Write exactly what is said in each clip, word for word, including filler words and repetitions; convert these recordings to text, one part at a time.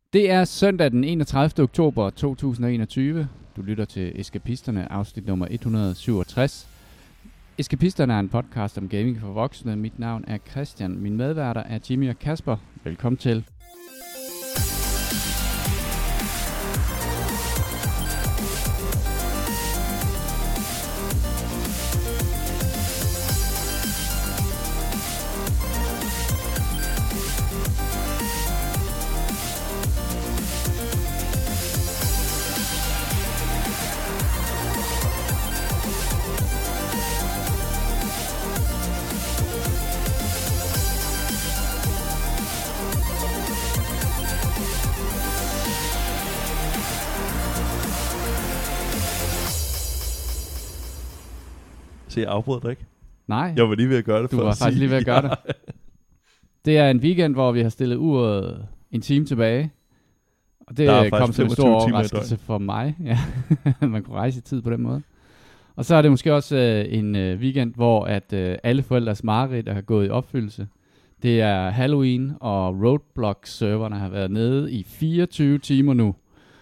Det er søndag den enogtredivte oktober to tusind og enogtyve. Du lytter til Eskapisterne, afsnit nummer et hundrede og syvogtres. Eskapisterne er en podcast om gaming for voksne. Mit navn er Christian. Mine medværter er Jimmy og Kasper. Velkommen til. Så jeg afbryder dig ikke? Nej. Jeg var lige ved at gøre det. Du for var at faktisk sige, lige ved at gøre ja. det. Det er en weekend, hvor vi har stillet uret en time tilbage. Og det kom som en stor overraskelse for mig. Ja. Man kunne rejse i tid på den måde. Og så er det måske også øh, en øh, weekend, hvor at øh, alle forældres mareridt har gået i opfyldelse. Det er Halloween, og Roblox-serverne har været nede i fireogtyve timer nu.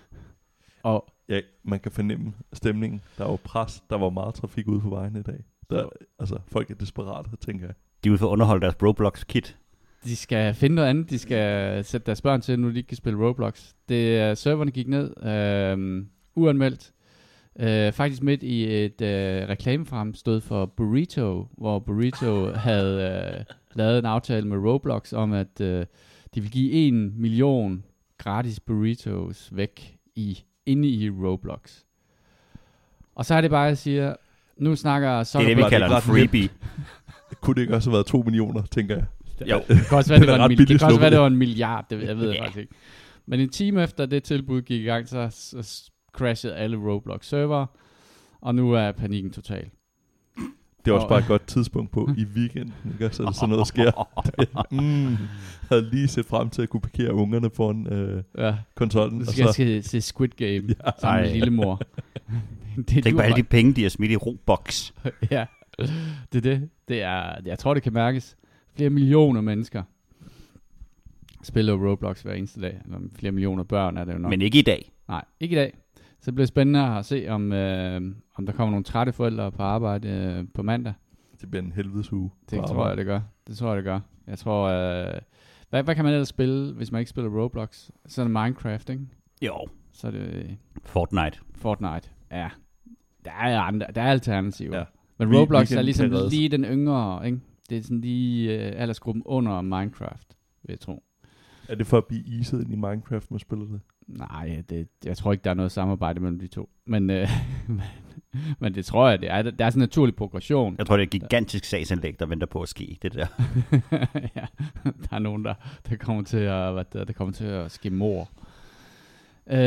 Og ja, man kan fornemme stemningen. Der var pres, der var meget trafik ude på vejen i dag. Der, altså, folk er desperate, tænker jeg. De er ude for at underholde deres Roblox-kit. De skal finde noget andet, de skal sætte deres børn til, nu de ikke kan spille Roblox. Det, serverne gik ned, øh, uanmeldt. Øh, faktisk midt i et øh, reklamefremstød for Burrito, hvor Burrito havde øh, lavet en aftale med Roblox om, at øh, de vil give en million gratis burritos væk i inde i Roblox. Og så er det bare, jeg siger, nu snakker så. Det er det, vi kalder en freebie. Kunne det ikke også have været to millioner, tænker jeg? Jo. Det kan også være, det var en, mil- det kan også være, det var en milliard, det jeg ved jeg faktisk ikke. Men en time efter det tilbud gik i gang, så, så crashede alle Roblox-server, og nu er panikken total. Det er også bare et godt tidspunkt på i weekenden, ikke? Så sådan noget sker. mm, havde lige set frem til at kunne parkere ungerne foran øh, ja. konsollen. Nu skal jeg skal se Squid Game ja. sammen med lillemor. Det Tænk på alle de penge, de har smidt i Roblox. Ja, det er det. det er, jeg tror, det kan mærkes. Flere millioner mennesker spiller Roblox hver eneste dag. Eller flere millioner børn er det jo nok. Men ikke i dag. Nej, ikke i dag. Så det bliver spændende at se, om, øh, om der kommer nogle trætte forældre på arbejde øh, på mandag. Det bliver en helvedes uge. Det tror jeg, det gør. Det tror jeg, det gør. Jeg tror, øh, hvad, hvad kan man ellers spille, hvis man ikke spiller Roblox? Så er det Minecraft, ikke? Jo. Så er det Fortnite. Fortnite, ja. Der er andre, der er alternativer. Ja. Men Vi, Roblox vi er ligesom lige den yngre, ikke? Det er sådan lige øh, aldersgruppen under Minecraft, vil jeg tro. Er det for at blive iset ind i Minecraft, man spiller det? Nej, det, jeg tror ikke, der er noget samarbejde mellem de to. Men, øh, men, men det tror jeg, det er. Der er sådan en naturlig progression. Jeg tror, det er et gigantisk sagsanlæg, der venter på at ske, det der. Ja, der er nogen, der, der kommer til at, hvad der, der kommer til at ske mord. Øh,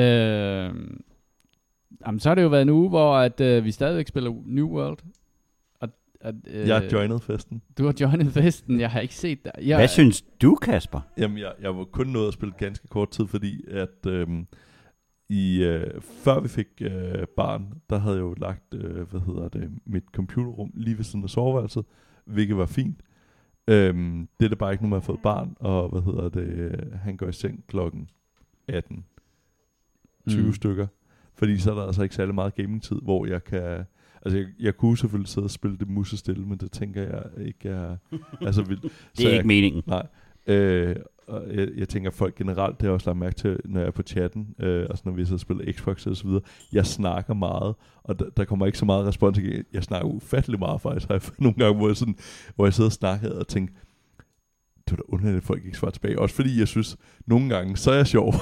jamen, så har det jo været en uge, hvor at, øh, vi stadigvæk spiller New World. At, øh, jeg har joinet festen. Du har joinet festen, jeg har ikke set dig. Jeg, Hvad synes du, Kasper? Jamen, jeg, jeg var kun nået at spille ganske kort tid, fordi at øhm, i, øh, før vi fik øh, barn, der havde jeg jo lagt, øh, hvad hedder det, mit computerrum lige ved siden af soveværelset, hvilket var fint. Øhm, det er det bare ikke, når man har fået barn, og hvad hedder det, øh, han går i seng klokken atten tyve mm. stykker, fordi så er der altså ikke særlig meget gaming-tid, hvor jeg kan. Altså, jeg, jeg kunne selvfølgelig sidde og spille det musestille, men det tænker jeg ikke er, er så vildt. Det er så ikke jeg, meningen. Nej. Øh, og jeg, jeg tænker, folk generelt, det har også lagt mærke til, når jeg er på chatten, øh, og når vi så spiller Xbox og så videre, jeg snakker meget, og der, der kommer ikke så meget respons. Jeg snakker ufattelig meget faktisk, har jeg fået nogle gange, hvor jeg, sådan, hvor jeg sidder og snakker og tænker, det var da underligt, at folk ikke svarer tilbage. Også fordi jeg synes, nogle gange, så er jeg sjov.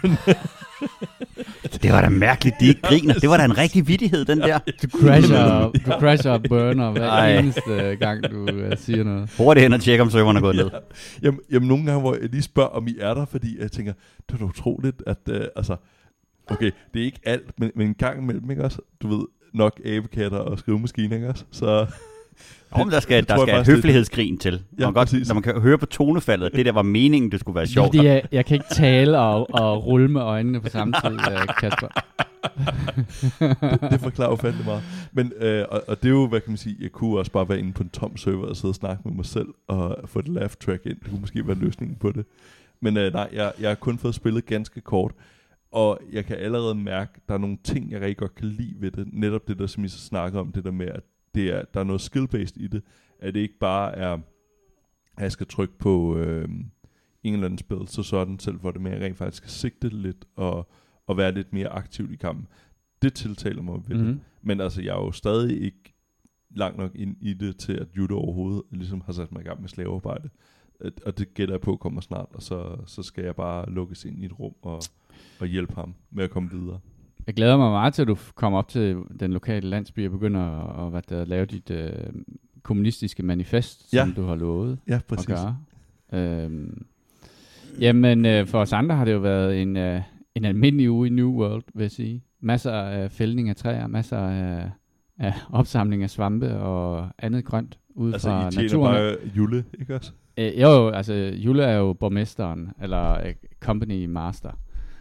Det var da mærkeligt, de ikke griner. Det var da en rigtig vittighed, den der. Du crasher, du crasher og burner hver Ej. eneste gang, du uh, siger noget. Hurtigt hen og tjekke, om serveren er gået ja. ned. Jamen, jamen, nogle gange, hvor jeg lige spørger, om I er der, fordi jeg tænker, det er da utroligt, at, uh, altså, okay, det er ikke alt, men, men en gang imellem, ikke også? Du ved, nok abekatter og skrivemaskiner, ikke også? Så Det, oh, der skal, der skal høflighedsgrin til. Ja, man, godt, når man kan høre på tonefaldet, at det der var meningen, det skulle være sjovt. Fordi jeg, jeg kan ikke tale og, og rulle med øjnene på samme tid, Kasper. det, det forklarer jo fandme meget. Men, øh, og, og det er jo, hvad kan man sige, jeg kunne også bare være inde på en tom server og sidde og snakke med mig selv og få et laugh track ind. Det kunne måske være løsningen på det. Men øh, nej, jeg, jeg har kun fået spillet ganske kort, og jeg kan allerede mærke, at der er nogle ting, jeg rigtig godt kan lide ved det. Netop det, der som I så snakker om, det der med, at det er, der er noget skill-based i det, at det ikke bare er, at jeg skal trykke på øh, en eller anden spil, så sådan selv, hvor det med, at jeg rent faktisk skal sigte lidt, og, og være lidt mere aktiv i kampen. Det tiltaler mig ved mm-hmm. det. Men altså, jeg er jo stadig ikke langt nok ind i det, til at judo overhovedet ligesom har sat mig i gang med slavearbejde. Og det gætter jeg på kommer snart, og så, så skal jeg bare lukkes ind i et rum og, og hjælpe ham med at komme videre. Jeg glæder mig meget til, at du kommer op til den lokale landsby og begynder at, at, hvad der, at lave dit øh, kommunistiske manifest, ja. Som du har lovet ja, præcis. At gøre. Øhm, jamen, øh, for os andre har det jo været en, øh, en almindelig uge i New World, vil jeg sige. Masser af fældning af træer, masser af, af opsamling af svampe og andet grønt ude altså, fra naturen. Altså, I tjener bare Jule, ikke også? Øh, jo, altså Jule er jo borgmesteren, eller uh, company master.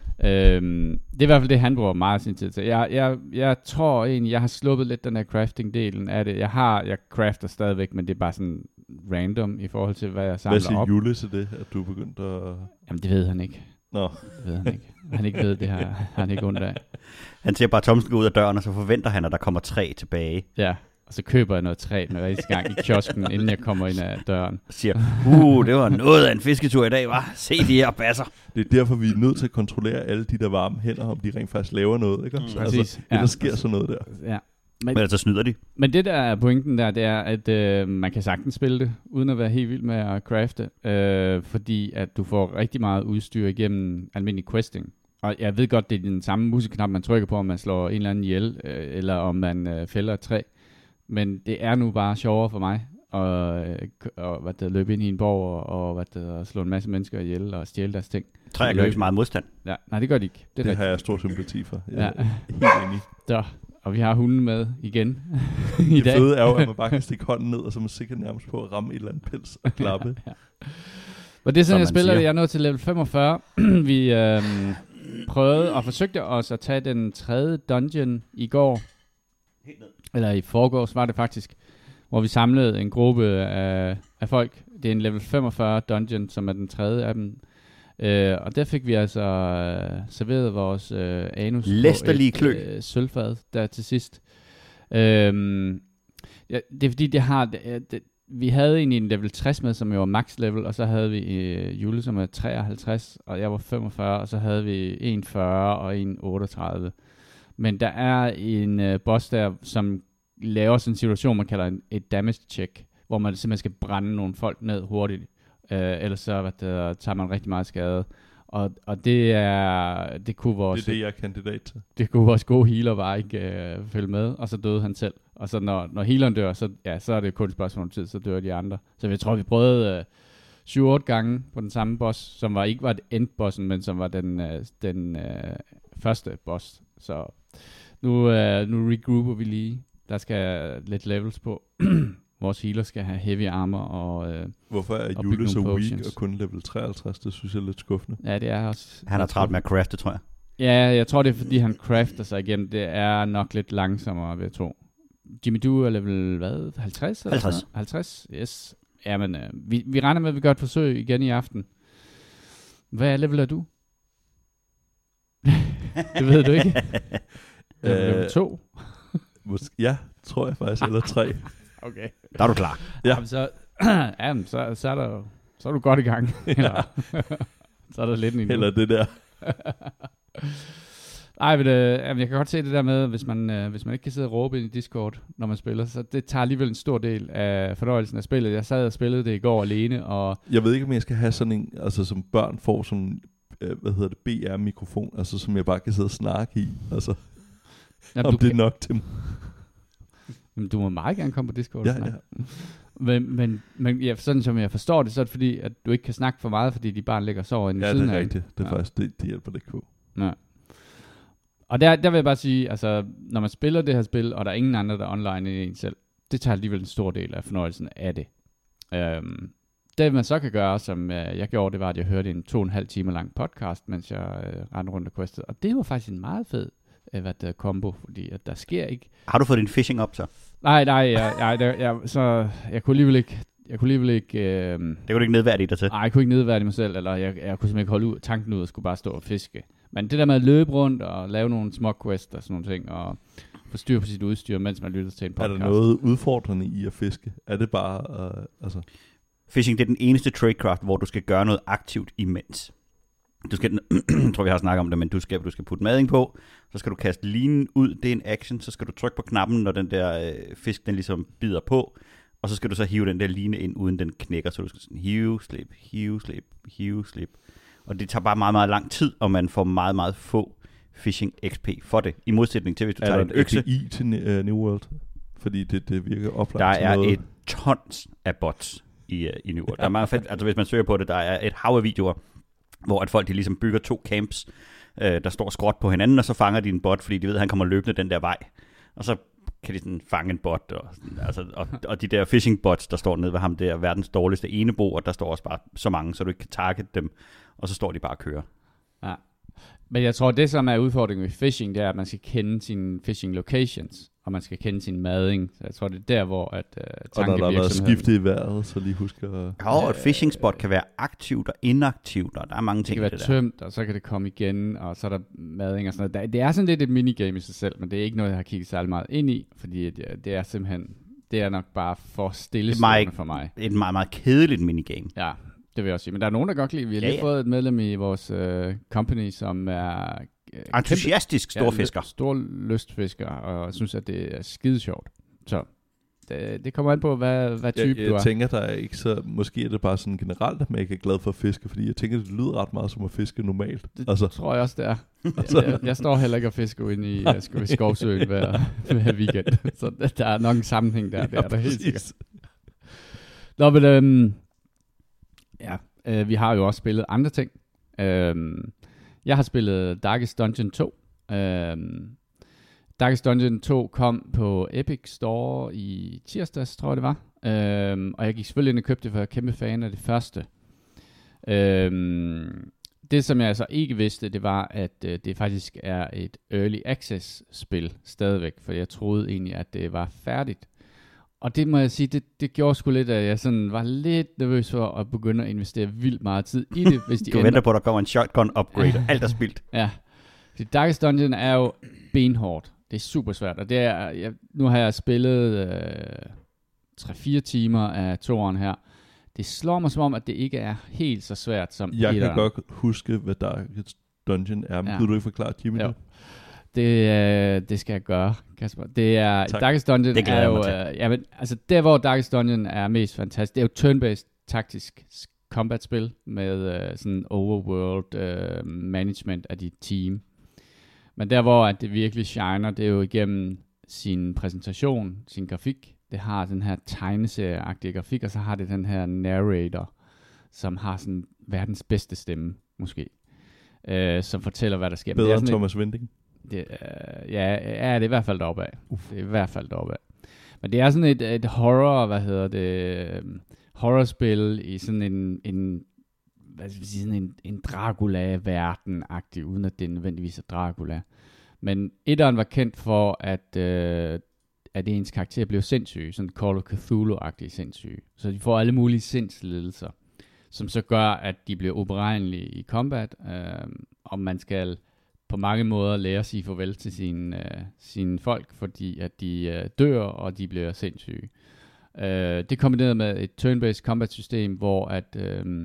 Øhm, det er i hvert fald det, han bruger meget sin tid til. Jeg, jeg, jeg tror egentlig, jeg har sluppet lidt den der crafting-delen af det. Jeg har, jeg crafter stadigvæk, men det er bare sådan random i forhold til, hvad jeg samler op. Hvad siger op. Jule til det, at du er begyndt at... Jamen, det ved han ikke. Nå. Det ved han ikke. Han ikke ved, det har han ikke ondt af. Han ser bare Thomsen gå ud af døren, og så forventer han, at der kommer træ tilbage. Ja. Og så køber jeg noget træ med rigtig gang i kiosken, inden jeg kommer ind ad døren. Siger, uh, det var noget af en fisketur i dag, var. Se de her basser. Det er derfor, vi er nødt til at kontrollere alle de der varme hænder, om de rent faktisk laver noget, ikke? Mm, altså, ja, der sker sådan noget der. Ja. Men, men så snyder de. Men det der er pointen der, det er, at øh, man kan sagtens spille det, uden at være helt vild med at crafte, øh, fordi at du får rigtig meget udstyr igennem almindelig questing. Og jeg ved godt, det er den samme museknap, man trykker på, om man slår en eller anden ihjel, øh, eller om man øh, fælder et træ. Men det er nu bare sjovere for mig at, at hvad der, løbe ind i en borg og, og hvad der, slå en masse mennesker ihjel og stjæle deres ting. Træer gør ikke så meget modstand. Ja, nej, det gør de ikke. Det, det har jeg stor sympati for. Jeg ja. er helt enig. Så, og vi har hunden med igen i det dag. Det fede er jo, at man bare kan stikke hånden ned, og så er man sikkert nærmest på at ramme et eller andet pels og klappe. ja, ja. Og det er sådan, jeg spiller det. Jeg er nået til level femogfyrre. vi øh, prøvede og forsøgte os at tage den tredje dungeon i går. Eller i forgårs var det faktisk, hvor vi samlede en gruppe af, af folk. Det er en level femogfyrre dungeon, som er den tredje af dem. Øh, og der fik vi altså øh, serveret vores øh, anus på et øh, sølvfad der til sidst. Øhm, ja, det er fordi, det har... Det, det, vi havde egentlig en level tres med, som jo var max level, og så havde vi øh, Jule, som er treoghalvtreds, og jeg var femogfyrre, og så havde vi en fyrre og en otteogtredive. Men der er en øh, boss der, som laver sådan en situation, man kalder en, et damage check, hvor man simpelthen skal brænde nogle folk ned hurtigt, øh, ellers så hvad der, tager man rigtig meget skade. Og, og det er det kunne vores det er det, jeg er kandidat til. Det kunne vores gode healer bare ikke øh, følge med, og så døde han selv. Og så når, når healeren dør, så, ja, så er det kun et spørgsmål om tid, så dør de andre. Så jeg tror, vi prøvede øh, syv otte gange på den samme boss, som var ikke var endbossen, men som var den, øh, den øh, første boss. Så nu, øh, nu regrouper vi lige. Der skal lidt levels på. Vores healer skal have heavy armor og øh, hvorfor er Jule så weak og kun level treoghalvtreds? Det synes jeg er lidt skuffende. Ja, det er også. Han har travlt med at crafte, tror jeg. Ja, jeg tror det er fordi han crafter sig igennem. Det er nok lidt langsommere ved at tro. Jimmy, du er level hvad? halvtreds? halvtreds. halvtreds, yes. Jamen, øh, vi, vi regner med, at vi gør et forsøg igen i aften. Hvad level er du? Det ved du ikke. Level to? Ja, tror jeg faktisk, eller tre. Okay. Der er du klar. Ja. Jamen, så, jamen, så, så, er der, så er du godt i gang. Eller, så er der lidt en eller det der. Ej, men øh, jeg kan godt se det der med, hvis man, øh, hvis man ikke kan sidde og råbe ind i Discord, når man spiller, så det tager alligevel en stor del af fornøjelsen af spillet. Jeg sad og spillede det i går alene, og... Jeg ved ikke, om jeg skal have sådan en, altså som børn får sådan, øh, hvad hedder det, B R-mikrofon, altså som jeg bare kan sidde og snakke i, altså, jamen, om det er kan... nok til mig. Men du må meget gerne komme på Discord. Ja, ja. Men, men, men ja, sådan som jeg forstår det, så er det fordi, at du ikke kan snakke for meget, fordi de bare ligger og sover inde i siden af. Ja, det er rigtigt. Det er ja. faktisk, det, det hjælper det ikke på. Ja. Og der, der vil jeg bare sige, altså, når man spiller det her spil, og der er ingen andre, der er online end en selv, det tager alligevel en stor del af fornøjelsen af det. Um, det man så kan gøre, som uh, jeg gjorde, det var, at jeg hørte en to og en halv time lang podcast, mens jeg uh, rendte rundt og questede. Og det var faktisk en meget fed uh, hvad der kombo, fordi at der sker ikke... Har du fået din fishing op så? Nej, nej, jeg, jeg, jeg, jeg, så, jeg kunne alligevel ikke... jeg kunne alligevel ikke... Øh, det kunne du ikke nedværdige dig til? Nej, jeg kunne ikke nedværdige mig selv, eller jeg, jeg kunne simpelthen ikke holde ud, tanken ud og skulle bare stå og fiske. Men det der med at løbe rundt og lave nogle små quests og sådan nogle ting, og få styr på sit udstyr, mens man lytter til en podcast. Er der noget udfordrende i at fiske? Er det bare... Øh, altså... Fishing, det er den eneste tradecraft, hvor du skal gøre noget aktivt imens. Du skal, jeg tror vi har snakket om det, men du skal, du skal putte mading på, så skal du kaste linen ud, det er en action, så skal du trykke på knappen, når den der øh, fisk, den ligesom bider på, og så skal du så hive den der line ind, uden den knækker, så du skal sådan hive, slip, hive, slip, hive, slip. Og det tager bare meget, meget lang tid, og man får meget, meget få fishing X P for det, i modsætning til, hvis du er tager en økse. Er der i til uh, New World? Fordi det, det virker oplagt Der er noget. et tons af bots i, uh, i New World. Der er meget fedt, altså hvis man søger på det, der er et hav af videoer, hvor at folk de ligesom bygger to camps, øh, der står skråt på hinanden, og så fanger de en bot, fordi de ved, at han kommer løbende den der vej. Og så kan de sådan fange en bot, og, altså, og, og de der fishing bots, der står nede ved ham, det er verdens dårligste enebo, og der står også bare så mange, så du ikke kan target dem, og så står de bare og kører. Ja. Men jeg tror, det som er udfordringen ved fishing, det er, at man skal kende sine fishing locations, og man skal kende sin mading. Så jeg tror, det er der, hvor at uh, tankevirksomheden... Og når der har været skiftet i vejret, så lige husker... Ja, og et fishing spot kan være aktivt og inaktivt, og der er mange ting det kan være det tømt, og så kan det komme igen, og så er der mading og sådan noget. Det er sådan lidt et minigame i sig selv, men det er ikke noget, jeg har kigget særlig meget ind i, fordi det er simpelthen... Det er nok bare for stillestående for mig. Det er et meget, meget kedeligt minigame. Ja, det vil jeg også sige. Men der er nogen, der godt lide. Vi har lige ja, ja. fået et medlem i vores uh, company, som er... Uh, entusiastisk storfisker. Ja, stor lystfisker, og synes, at det er skide sjovt. Så det, det kommer an på, hvad, hvad type jeg, jeg du er. Jeg tænker, der er ikke så... Måske er det bare sådan generelt, at man ikke er glad for at fiske, fordi jeg tænker, det lyder ret meget som at fiske normalt. Det altså. tror jeg også, det er. jeg, jeg, jeg står heller ikke og fisker inde i uh, Skovsøen hver, hver weekend. Så der, der er nok en sammenhæng der. Ja, det er der helt sikkert. Nå, men... Øhm, ja, øh, vi har jo også spillet andre ting. Øhm, jeg har spillet Darkest Dungeon to. Øhm, Darkest Dungeon to kom på Epic Store i tirsdags, tror jeg det var. Øhm, og jeg gik selvfølgelig ind og købte det, for jeg er kæmpe fan af det første. Øhm, det, som jeg altså ikke vidste, det var, at øh, det faktisk er et Early Access-spil stadigvæk. For jeg troede egentlig, at det var færdigt. Og det må jeg sige, det, det gjorde sgu lidt, at jeg sådan var lidt nervøs for at begynde at investere vildt meget tid i det, hvis de du venter på, at der kommer en shotgun upgrade, og alt er spildt. Ja, fordi Darkest Dungeon er jo benhårdt. Det er super svært, og det er, jeg, nu har jeg spillet øh, tre fire timer af toeren her. Det slår mig som om, at det ikke er helt så svært som jeg etteren. kan godt huske, hvad Darkest Dungeon er, men ja. Vil du ikke forklare, Jimmy? Jo. Det, øh, det skal jeg gøre, Kasper. Det er, Darkest Dungeon det er jo, øh, ja, men, altså der hvor Darkest Dungeon er mest fantastisk, det er jo turn-based taktisk combat-spil med øh, sådan overworld øh, management af dit team. Men der hvor at det virkelig shiner, det er jo igennem sin præsentation, sin grafik. Det har den her tegneserieagtige grafik, og så har det den her narrator, som har sådan verdens bedste stemme, måske, øh, som fortæller, hvad der sker. Bedre end Thomas Winding? Det, øh, ja, ja, det er i hvert fald deroppe af. Uf. Det er i hvert fald deroppe af. Men det er sådan et, et horror, hvad hedder det, um, horrorspil i sådan en, en hvad skal vi sige, sådan en, en Dracula-verden-agtig, uden at det nødvendigvis er Dracula. Men etteren var kendt for, at, øh, at ens karakter blev sindssyg, sådan Call of Cthulhu-agtig sindssyg. Så de får alle mulige sindslidelser, som så gør, at de bliver uberegnelige i combat, øh, og man skal på mange måder lære at sige farvel til sine, øh, sine folk, fordi at de øh, dør, og de bliver sindssyge. Øh, det kombineret med et turn-based combat system, hvor at, øh,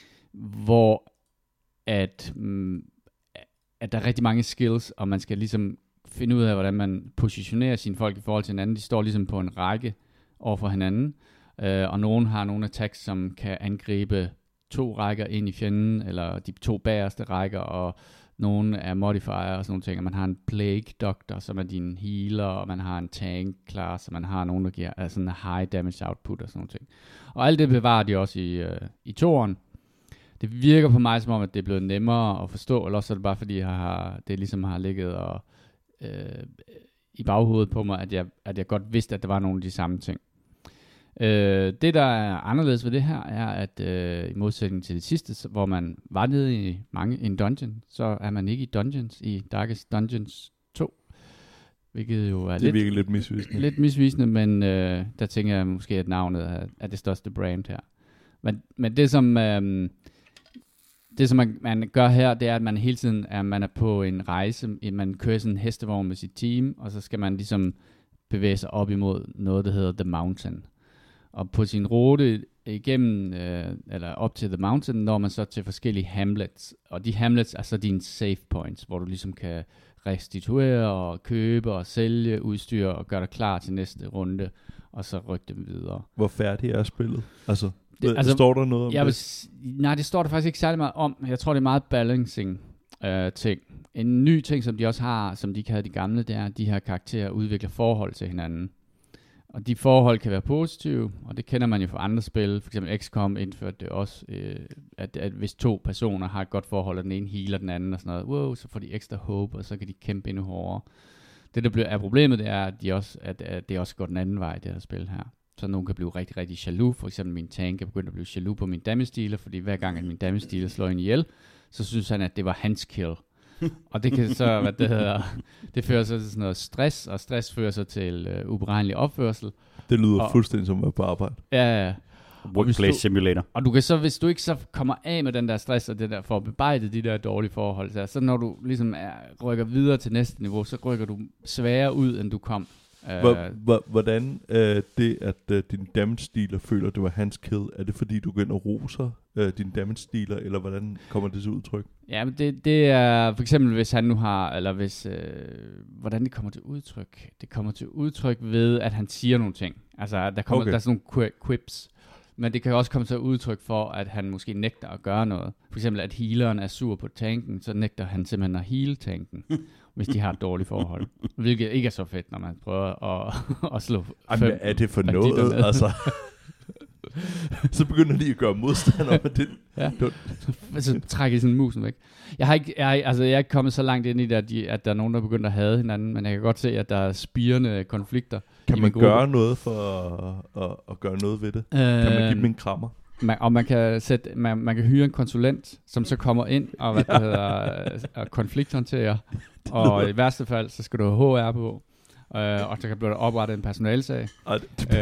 hvor at, øh, at der er rigtig mange skills, og man skal ligesom finde ud af, hvordan man positionerer sine folk i forhold til hinanden. De står ligesom på en række over for hinanden, øh, og nogen har nogle attacks, som kan angribe to rækker ind i fjenden, eller de to bagerste rækker, og nogle er modifier og sådan nogle ting, og man har en plague doctor, som er din healer, og man har en tank class, og man har nogen, der giver altså en high damage output og sådan nogle ting. Og alt det bevarer de også i, øh, i toeren. Det virker på mig som om, at det er blevet nemmere at forstå, eller også er det bare fordi, jeg har, det ligesom har ligget og, øh, i baghovedet på mig, at jeg, at jeg godt vidste, at der var nogle af de samme ting. Øh, det, der er anderledes ved det her, er, at øh, i modsætning til det sidste, hvor man var nede i mange en dungeon, så er man ikke i dungeons i Darkest Dungeons to. hvilket jo er, det er lidt, virkelig lidt misvisende. lidt misvisende, men øh, der tænker jeg måske, at navnet er, er det største brand her. Men, men det som øh, det som man, man gør her, det er, at man hele tiden er, man er på en rejse, man kører sådan en hestevogn med sit team, og så skal man ligesom bevæge sig op imod noget, der hedder The Mountain. Og på sin rute igennem, øh, eller op til The Mountain, når man så til forskellige hamlets. Og de hamlets er så dine safe points, hvor du ligesom kan restituere og købe og sælge udstyr og gøre dig klar til næste runde, og så rykke dem videre. Hvor færdig er spillet? Altså, det, altså står der noget om jeg det? Vil, nej, det står der faktisk ikke særlig meget om. Jeg tror, det er meget balancing øh, ting. En ny ting, som de også har, som de ikke havde de gamle, det er, at de her karakterer udvikler forhold til hinanden. Og de forhold kan være positive, og det kender man jo fra andre spil. For eksempel X COM indførte det også, øh, at, at hvis to personer har et godt forhold, og den ene healer den anden og sådan noget, wow, så får de ekstra håb, og så kan de kæmpe endnu hårdere. Det, der bliver, er problemet, det er, at, de også, at, at det også går den anden vej, det her spil her. Så nogen kan blive rigtig, rigtig jaloux. For eksempel min tank er begyndt at blive jaloux på min damage dealer, fordi hver gang, at min damage dealer slår en ihjel, så synes han, at det var hans kill. Og det kan så, hvad det hedder, det fører så til sådan noget stress, og stress fører så til øh, uberegnelig opførsel. Det lyder og, fuldstændig som at være på arbejde. Ja, ja. Workplace simulator. Og du kan så, hvis du ikke så kommer af med den der stress, og det der for at bearbejde de der dårlige forhold, så, så når du ligesom er, rykker videre til næste niveau, så rykker du sværere ud, end du kom. Hvordan øh, det, at øh, din damage dealer føler, det var hans kill, er det fordi, du går ind og roser øh, din damage dealer, eller hvordan kommer det til udtryk? Ja, men det, det er for eksempel, hvis han nu har, eller hvis, øh, hvordan det kommer til udtryk? Det kommer til udtryk ved, at han siger nogle ting. Altså, der kommer okay. der er sådan nogle quips. Men det kan også komme til udtryk for, at han måske nægter at gøre noget. For eksempel, at healeren er sur på tanken, så nægter han simpelthen at heal tanken, hvis de har et dårligt forhold. Hvilket ikke er så fedt, når man prøver at, at slå Ej, fem men er det for noget? Altså, så begynder de at gøre modstand om det. Ja. Så trækker de sådan musen væk. Jeg har ikke, jeg, altså, jeg er ikke kommet så langt ind i det, at, de, at der er nogen, der begynder at hade hinanden, men jeg kan godt se, at der er spirende konflikter. Kan man gøre noget for at, at, at gøre noget ved det? Øh, kan man give dem en krammer? Man, og man kan, sætte, man, man kan hyre en konsulent, som så kommer ind og, hvad det hedder, og konflikthåndterer. Og i værste fald, så skal du have H R på. Øh, og så kan blive oprettet en personalsag. Ej det, det,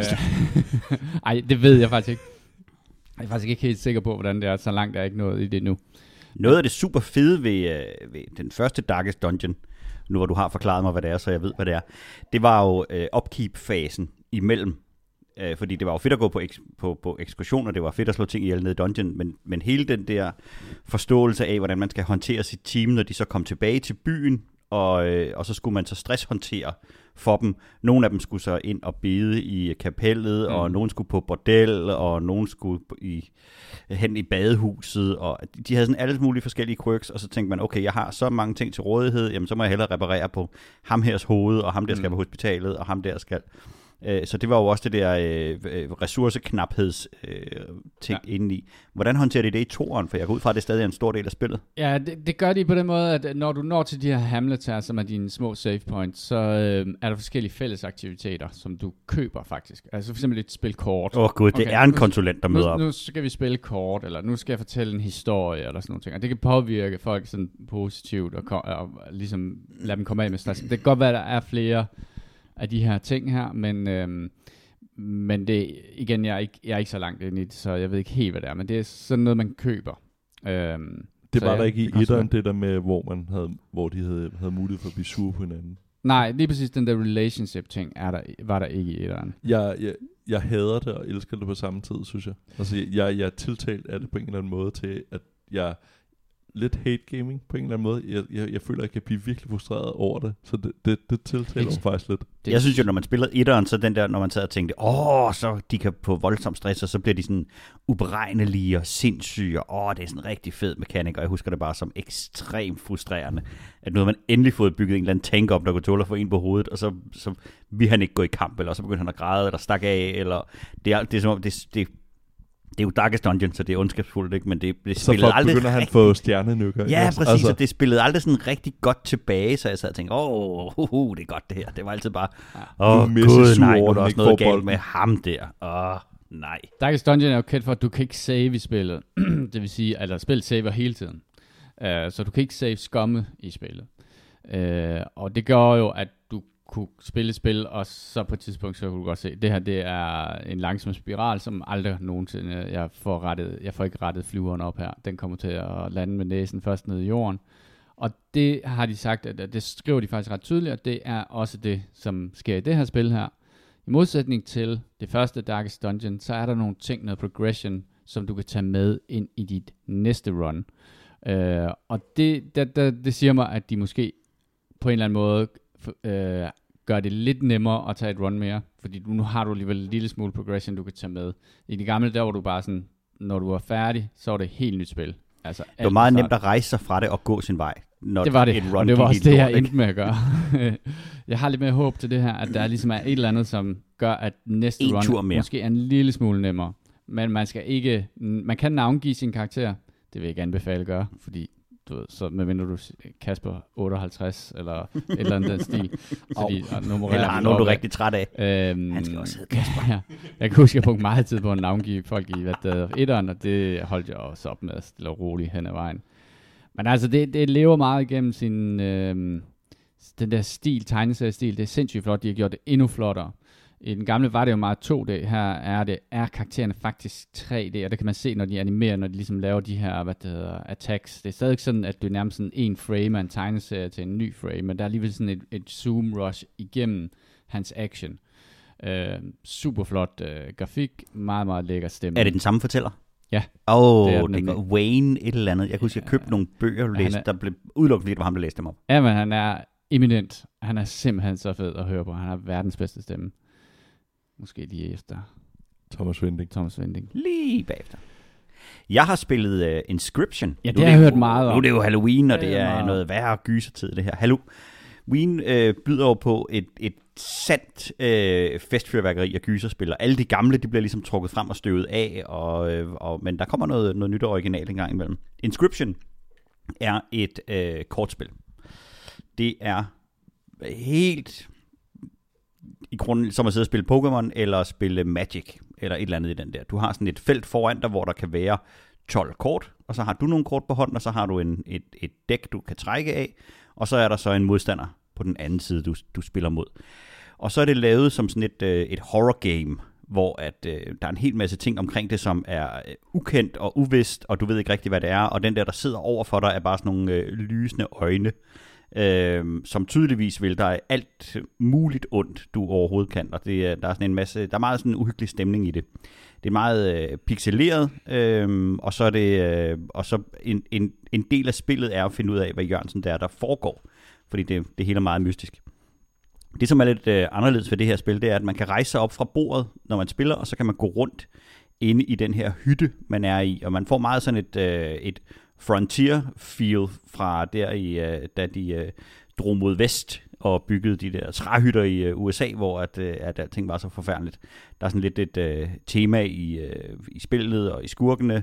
øh, ej, det ved jeg faktisk ikke. Jeg er faktisk ikke helt sikker på, hvordan det er. Så langt er jeg ikke nået i det nu. Noget af det super fede ved, øh, ved den første Darkest Dungeon, nu hvor du har forklaret mig, hvad det er, så jeg ved, hvad det er, det var jo øh, upkeep-fasen imellem. Øh, fordi det var jo fedt at gå på, eks- på, på ekskursioner, det var fedt at slå ting ihjel ned i dungeon, men, men hele den der forståelse af, hvordan man skal håndtere sit team, når de så kom tilbage til byen, og, øh, og så skulle man så stresshåndtere for dem. Nogle af dem skulle så ind og bede i kapellet, mm. og nogen skulle på bordel, og nogen skulle i, hen i badehuset, og de havde sådan alle mulige forskellige quirks, og så tænkte man, okay, jeg har så mange ting til rådighed, jamen så må jeg hellere reparere på ham hers hoved, og ham der skal mm. på hospitalet, og ham der skal... Så det var jo også det der øh, ressourceknapheds øh, ting ja. indeni. Hvordan håndterer de det i toeren? For jeg går ud fra, at det stadig er en stor del af spillet. Ja, det, det gør de på den måde, at når du når til de her hamlets her, som er dine små save points, så øh, er der forskellige fællesaktiviteter, som du køber faktisk. Altså for eksempel et spil kort. Åh oh, gud, det okay, er en konsulent, der møder nu, op. Nu skal vi spille kort, eller nu skal jeg fortælle en historie, eller sådan nogle ting. Og det kan påvirke folk sådan positivt, og, og, og ligesom lade dem komme af med stress. Det kan godt være, at der er flere af de her ting her, men, øhm, men det, igen, jeg er, ikke, jeg er ikke så langt inde i det, så jeg ved ikke helt, hvad det er, men det er sådan noget, man køber. Øhm, det var ja, der ikke i etteren, det der med, hvor, man havde, hvor de havde, havde mulighed for at blive sure på hinanden. Nej, lige præcis den der relationship-ting er der, var der ikke i etteren. Jeg, jeg, jeg hader det og elsker det på samme tid, synes jeg. Altså, jeg, jeg er tiltalt af det på en eller anden måde til, at jeg lidt hate gaming på en eller anden måde. Jeg, jeg, jeg føler, at jeg kan blive virkelig frustreret over det. Så det, det, det tiltaler mig faktisk lidt. Det. Jeg synes jo, når man spiller etteren, så den der, når man sad og tænkte, åh, så de kan på voldsom stress, og så bliver de sådan uberegnelige og sindssyge, og åh, det er sådan en rigtig fed mekanik, og jeg husker det bare som ekstremt frustrerende, at nu har man endelig fået bygget en eller anden tank op, der kunne tåle at få en på hovedet, og så, så vil han ikke gå i kamp, eller så begynder han at græde, eller stak af, eller det er, det er som om, det, det Det er jo Darkest Dungeon, så det er ondskabsfuldt, ikke? Men det, det spillede aldrig... Så begynder han få stjernenykker. Ja, præcis, altså. Og det spillede aldrig sådan rigtig godt tilbage, så jeg sad og tænkte, åh, oh, uh, det er godt det her. Det var altid bare, åh, oh, gud, nej, nu er der også noget galt med ham der. Åh, oh, nej. Darkest Dungeon er jo kendt for, at du kan ikke save i spillet. Det vil sige, at spillet saver hele tiden. Uh, så du kan ikke save skomme i spillet. Uh, og det gør jo, at du kunne spille et spil, og så på et tidspunkt, så kunne du godt se, det her, det er en langsom spiral, som aldrig nogensinde, jeg får, rettet, jeg får ikke rettet flyveren op her. Den kommer til at lande med næsen først ned i jorden. Og det har de sagt, at det skriver de faktisk ret tydeligt, og det er også det, som sker i det her spil her. I modsætning til det første Darkest Dungeon, så er der nogle ting, noget progression, som du kan tage med ind i dit næste run. Uh, og det, det, det, det siger mig, at de måske på en eller anden måde uh, gør det lidt nemmere at tage et run mere, fordi nu har du alligevel en lille smule progression, du kan tage med. I de gamle, der var du bare sådan, når du var færdig, så var det et helt nyt spil. Altså, det var meget nemt at rejse sig fra det og gå sin vej. Når det var det, og det var også det, jeg endte med at gøre. Jeg har lidt mere håb til det her, at der ligesom er et eller andet, som gør, at næste en run måske er en lille smule nemmere. Men man skal ikke, man kan navngive sin karakter. Det vil jeg ikke anbefale at gøre, fordi du ved, så medmindre du Kasper otteoghalvtreds eller et eller andet den stil. Fordi, oh. Eller har nogen, du er rigtig træt af. Øhm, Han skal også hedde Kasper. Ja, jeg kan huske, at jeg brugte meget tid på at navngive folk i hvad der etteren, og det holdt jeg også op med stille og roligt hen ad vejen. Men altså, det, det lever meget igennem sin, øhm, den der stil, tegneseriestil. Det er sindssygt flot, de har gjort det endnu flottere. I den gamle var det jo meget to D. Her er det er karaktererne faktisk tre D, og det kan man se, når de animerer, når de ligesom laver de her, hvad det hedder, attacks. Det er stadig sådan, at det er nærmest sådan en frame af en tegneserie til en ny frame, men der er alligevel sådan et, et zoom rush igennem hans action. Øh, super flot øh, grafik, meget, meget lækker stemme. Er det den samme fortæller? Ja. Åh, oh, det, det er Wayne et eller andet. Jeg kunne huske, jeg købte ja, nogle bøger, læste, er, der blev udelukket, fordi det var ham, der læste dem op. Ja, men han er eminent. Han er simpelthen så fed at høre på. Han har verdens bedste stemme. Måske lige efter Thomas Winding. Thomas Winding. Lige bagefter. Jeg har spillet uh, Inscription. Ja, det har jeg hørt meget om. Nu er det jo Halloween, og det, det er, er noget værre gysertid, det her. Halloween øh, byder jo på et, et sandt øh, festfyrværkeri og gyserspil. Alle de gamle, de bliver ligesom trukket frem og støvet af, og, øh, og, men der kommer noget, noget nyt og originalt en gang imellem. Inscription er et øh, kortspil. Det er helt i grunden som at sidde og spille Pokémon eller spille Magic eller et eller andet i den der. Du har sådan et felt foran dig, hvor der kan være tolv kort, og så har du nogle kort på hånden, og så har du en, et, et dæk, du kan trække af, og så er der så en modstander på den anden side, du, du spiller mod. Og så er det lavet som sådan et, øh, et horror game, hvor at, øh, der er en hel masse ting omkring det, som er øh, ukendt og uvist, og du ved ikke rigtig, hvad det er, og den der, der sidder over for dig, er bare sådan nogle øh, lysende øjne, øh, som tydeligvis vil dig alt muligt ondt, du overhovedet kan, og det, der er sådan en masse, der er meget sådan en uhyggelig stemning i det. Det er meget øh, pixeleret, øh, og så er det, øh, og så en, en, en del af spillet er at finde ud af, hvad Jørgensen der, der foregår, fordi det, det hele er meget mystisk. Det, som er lidt øh, anderledes ved det her spil, det er, at man kan rejse sig op fra bordet, når man spiller, og så kan man gå rundt inde i den her hytte, man er i, og man får meget sådan et, øh, et frontier-feel fra der, i, øh, da de øh, drog mod vest og byggede de der træhytter i øh, U S A, hvor at, øh, at alting var så forfærdeligt. Der er sådan lidt et øh, tema i, øh, i spillet og i skurkene,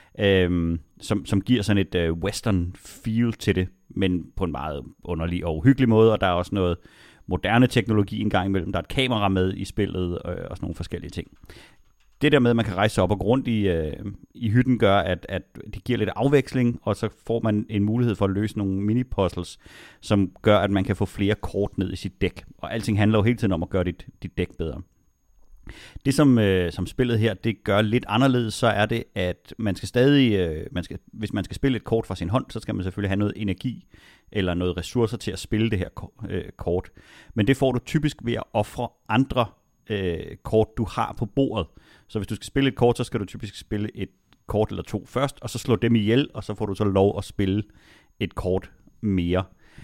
øh, som, som giver sådan et øh, western-feel til det, men på en meget underlig og uhyggelig måde, og der er også noget moderne teknologi en gang imellem. Der er et kamera med i spillet øh, og sådan nogle forskellige ting. Det der med, at man kan rejse sig op og gå rundt i, øh, i hytten, gør, at, at det giver lidt afveksling, og så får man en mulighed for at løse nogle mini-puzzles, som gør, at man kan få flere kort ned i sit dæk. Og alting handler jo hele tiden om at gøre dit, dit dæk bedre. Det, som, øh, som spillet her, det gør lidt anderledes, så er det, at man skal stadig, øh, man skal, hvis man skal spille et kort fra sin hånd, så skal man selvfølgelig have noget energi eller noget ressourcer til at spille det her øh, kort. Men det får du typisk ved at ofre andre øh, kort, du har på bordet. Så hvis du skal spille et kort, så skal du typisk spille et kort eller to først, og så slå dem ihjel, og så får du så lov at spille et kort mere.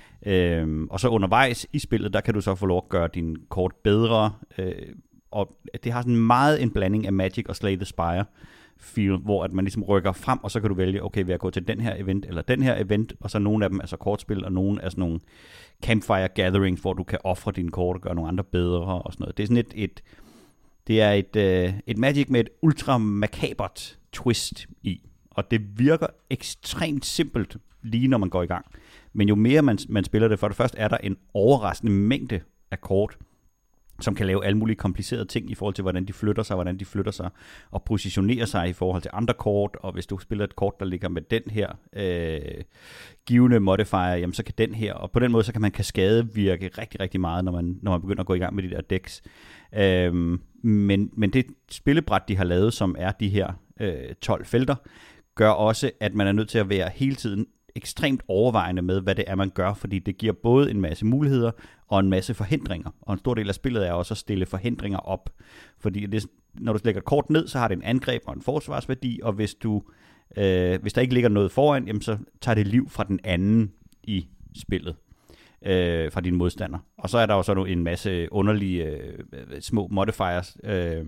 Øhm, og så undervejs i spillet, der kan du så få lov at gøre din kort bedre, øh, og det har sådan meget en blanding af Magic og Slay the Spire feel, hvor at man ligesom rykker frem, og så kan du vælge, okay, vil jeg gå til den her event, eller den her event, og så nogle af dem er så kortspil, og nogle er sådan nogle campfire gatherings, hvor du kan ofre dine kort og gøre nogle andre bedre, og sådan noget. Det er sådan et, et det er et, øh, et Magic med et ultra makabert twist i, og det virker ekstremt simpelt, lige når man går i gang. Men jo mere man, man spiller det, for det første er der en overraskende mængde af kort, som kan lave alle mulige komplicerede ting i forhold til, hvordan de flytter sig, hvordan de flytter sig og positionerer sig i forhold til andre kort, og hvis du spiller et kort, der ligger med den her øh, givende modifier, jamen så kan den her, og på den måde, så kan man kaskade virke rigtig, rigtig meget, når man, når man begynder at gå i gang med de der decks. Øhm, men, men det spillebræt, de har lavet, som er de her øh, tolv felter, gør også, at man er nødt til at være hele tiden ekstremt overvejende med, hvad det er, man gør, fordi det giver både en masse muligheder og en masse forhindringer. Og en stor del af spillet er også at stille forhindringer op. Fordi det, når du lægger et kort ned, så har det en angreb og en forsvarsværdi, og hvis, du, øh, hvis der ikke ligger noget foran, jamen, så tager det liv fra den anden i spillet, øh, fra din modstander. Og så er der jo så en masse underlige øh, små modifiers. Øh,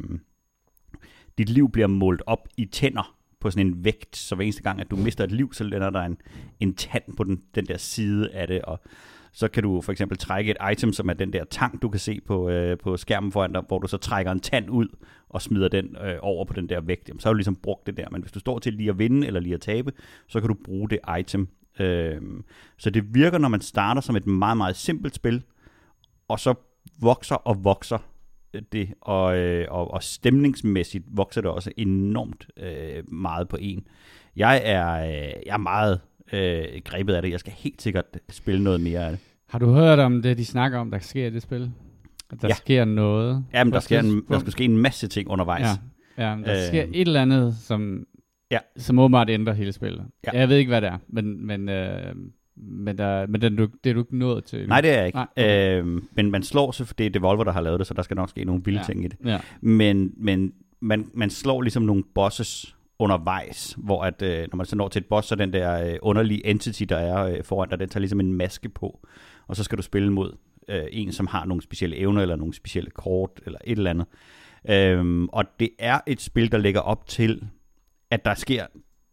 dit liv bliver målt op i tænder, på sådan en vægt, så hver eneste gang, at du mister et liv, så lander der en, en tand på den, den der side af det, og så kan du for eksempel trække et item, som er den der tang, du kan se på, øh, på skærmen foran dig, hvor du så trækker en tand ud og smider den øh, over på den der vægt. Jamen, så har du ligesom brugt det der, men hvis du står til lige at vinde eller lige at tabe, så kan du bruge det item. Øh, så det virker, når man starter som et meget, meget simpelt spil, og så vokser og vokser det, og, øh, og, og stemningsmæssigt vokser det også enormt øh, meget på en. Jeg er, øh, jeg er meget øh, grebet af det. Jeg skal helt sikkert spille noget mere af det. Har du hørt om det, de snakker om, der sker i det spil? At der ja. sker noget? Jamen, der, sker en, der skal ske en masse ting undervejs. Ja, ja der øh, sker et eller andet, som, ja. som åbenbart ændrer hele spillet. Ja. Jeg ved ikke, hvad det er, men... men øh, Men, der, men den, det er du ikke nået til. Nej, det er jeg ikke. Okay. Øh, men man slår sig, for det er Devolver, der har lavet det, så der skal nok ske nogle vilde ja. ting i det. Ja. Men, men man, man slår ligesom nogle bosses undervejs, hvor at, øh, når man så når til et boss, så den der øh, underlige entity, der er øh, foran dig, den tager ligesom en maske på, og så skal du spille mod øh, en, som har nogle specielle evner, eller nogle specielle kort, eller et eller andet. Øh, og det er et spil, der lægger op til, at der sker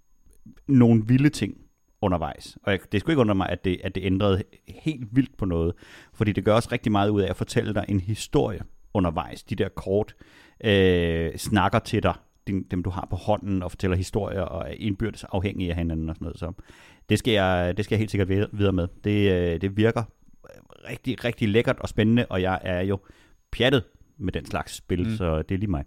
nogle vilde ting undervejs. Og jeg, det skulle ikke undre mig, at det, at det ændrede helt vildt på noget, fordi det gør også rigtig meget ud af at fortælle dig en historie undervejs. De der kort øh, snakker til dig, dem, dem du har på hånden, og fortæller historier, og er indbyrdes afhængige af hinanden og sådan noget. Så det skal jeg, det skal jeg helt sikkert videre med. Det, det virker rigtig, rigtig lækkert og spændende, og jeg er jo pjattet med den slags spil, mm. så det er lige mig.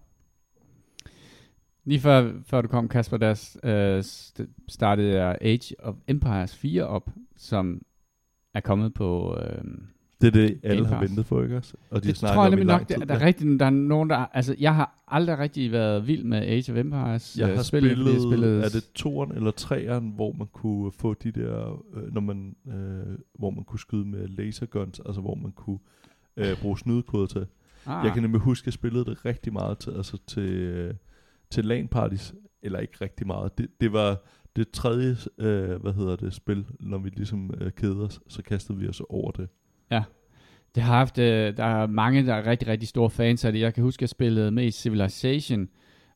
Lige før, før du kom, Kasper, der øh, startede jeg Age of Empires fire op, som er kommet på øh, det er det, alle har ventet på, ikke også? Og de det snakker tror jeg om i lang nok, tid. Der, der, er rigtig, der er nogen, der... Altså, jeg har aldrig rigtig været vild med Age of Empires. Jeg har øh, spillet, spillet, spillet, er det toeren eller treeren, hvor man kunne få de der, øh, når man, øh, hvor man kunne skyde med laserguns, altså hvor man kunne øh, bruge snydekoder til. Ah. Jeg kan nemlig huske, at jeg spillede det rigtig meget til, altså til... Øh, til LAN-parties, eller ikke rigtig meget. Det, det var det tredje, øh, hvad hedder det, spil, når vi ligesom øh, kedede os, så kastede vi os over det. Ja, det har haft, øh, der er mange, der er rigtig, rigtig store fans af det. Jeg kan huske, at jeg spillede mest Civilization,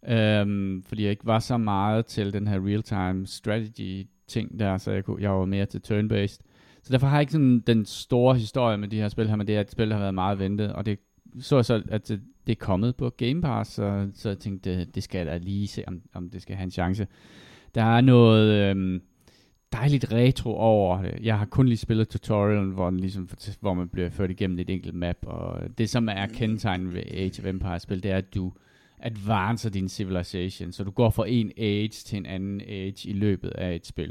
øhm, fordi jeg ikke var så meget til den her real-time strategy-ting der, så jeg, kunne, jeg var mere til turn-based. Så derfor har jeg ikke sådan den store historie med de her spil her, men det er et spil, der har været meget ventet, og det så jeg så, at det, det er kommet på Game Pass, så, så jeg tænkte, det, det skal jeg da lige se, om, om det skal have en chance. Der er noget øhm, dejligt retro over det. Jeg har kun lige spillet tutorialen, hvor, den ligesom, hvor man bliver ført igennem et enkelt map, og det som er kendetegnet ved Age of Empires-spil, det er, at du advancer din civilization, så du går fra en age til en anden age i løbet af et spil,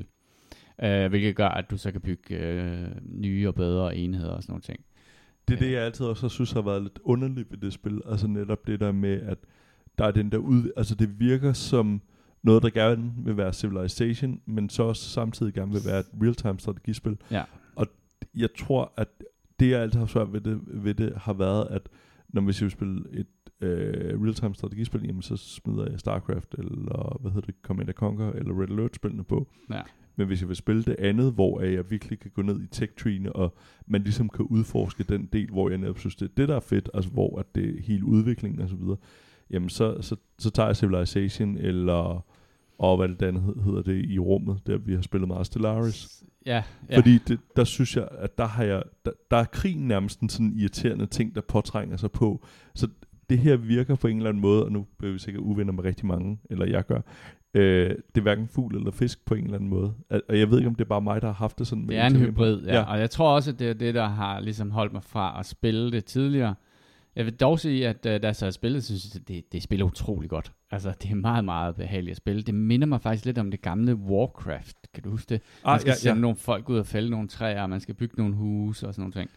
øh, hvilket gør, at du så kan bygge øh, nye og bedre enheder og sådan nogle ting. Det er det, jeg altid også synes har været lidt underligt ved det spil. Altså netop det der med, at der er den der ud... Altså det virker som noget, der gerne vil være Civilization, men så også samtidig gerne vil være et real-time strategispil. Ja. Og jeg tror, at det, jeg altid har svært ved det, ved det har været, at når vi vil spille et øh, real-time strategispil, jamen så smider jeg StarCraft, eller hvad hedder det, Command and Conquer, eller Red Alert-spillene på. Ja. Men hvis jeg vil spille det andet, hvor jeg virkelig kan gå ned i tech-treene, og man ligesom kan udforske den del, hvor jeg netop synes, det er det, der er fedt, altså hvor at det er hele udviklingen og så videre, jamen så, så, så tager jeg Civilization, eller, og hvad det andet hedder det, i rummet, der vi har spillet meget Stellaris. Ja, ja. Fordi det, der synes jeg, at der har jeg, der, der er krigen nærmest en sådan irriterende ting, der påtrænger sig på. Så det her virker på en eller anden måde, og nu bliver vi sikkert uvenner med rigtig mange, eller jeg gør, øh, det er hverken fugl eller fisk på en eller anden måde. Og jeg ved ikke, om det er bare mig, der har haft det sådan. Det er en hybrid, ja. ja. Og jeg tror også, at det er det, der har ligesom holdt mig fra at spille det tidligere. Jeg vil dog sige, at uh, da jeg så har spillet, synes jeg, det, det spiller utrolig godt. Altså, det er meget, meget behageligt at spille. Det minder mig faktisk lidt om det gamle Warcraft. Kan du huske det? Man Ah, skal ja, sende ja. nogle folk ud og fælde nogle træer, og man skal bygge nogle huse og sådan nogle ting.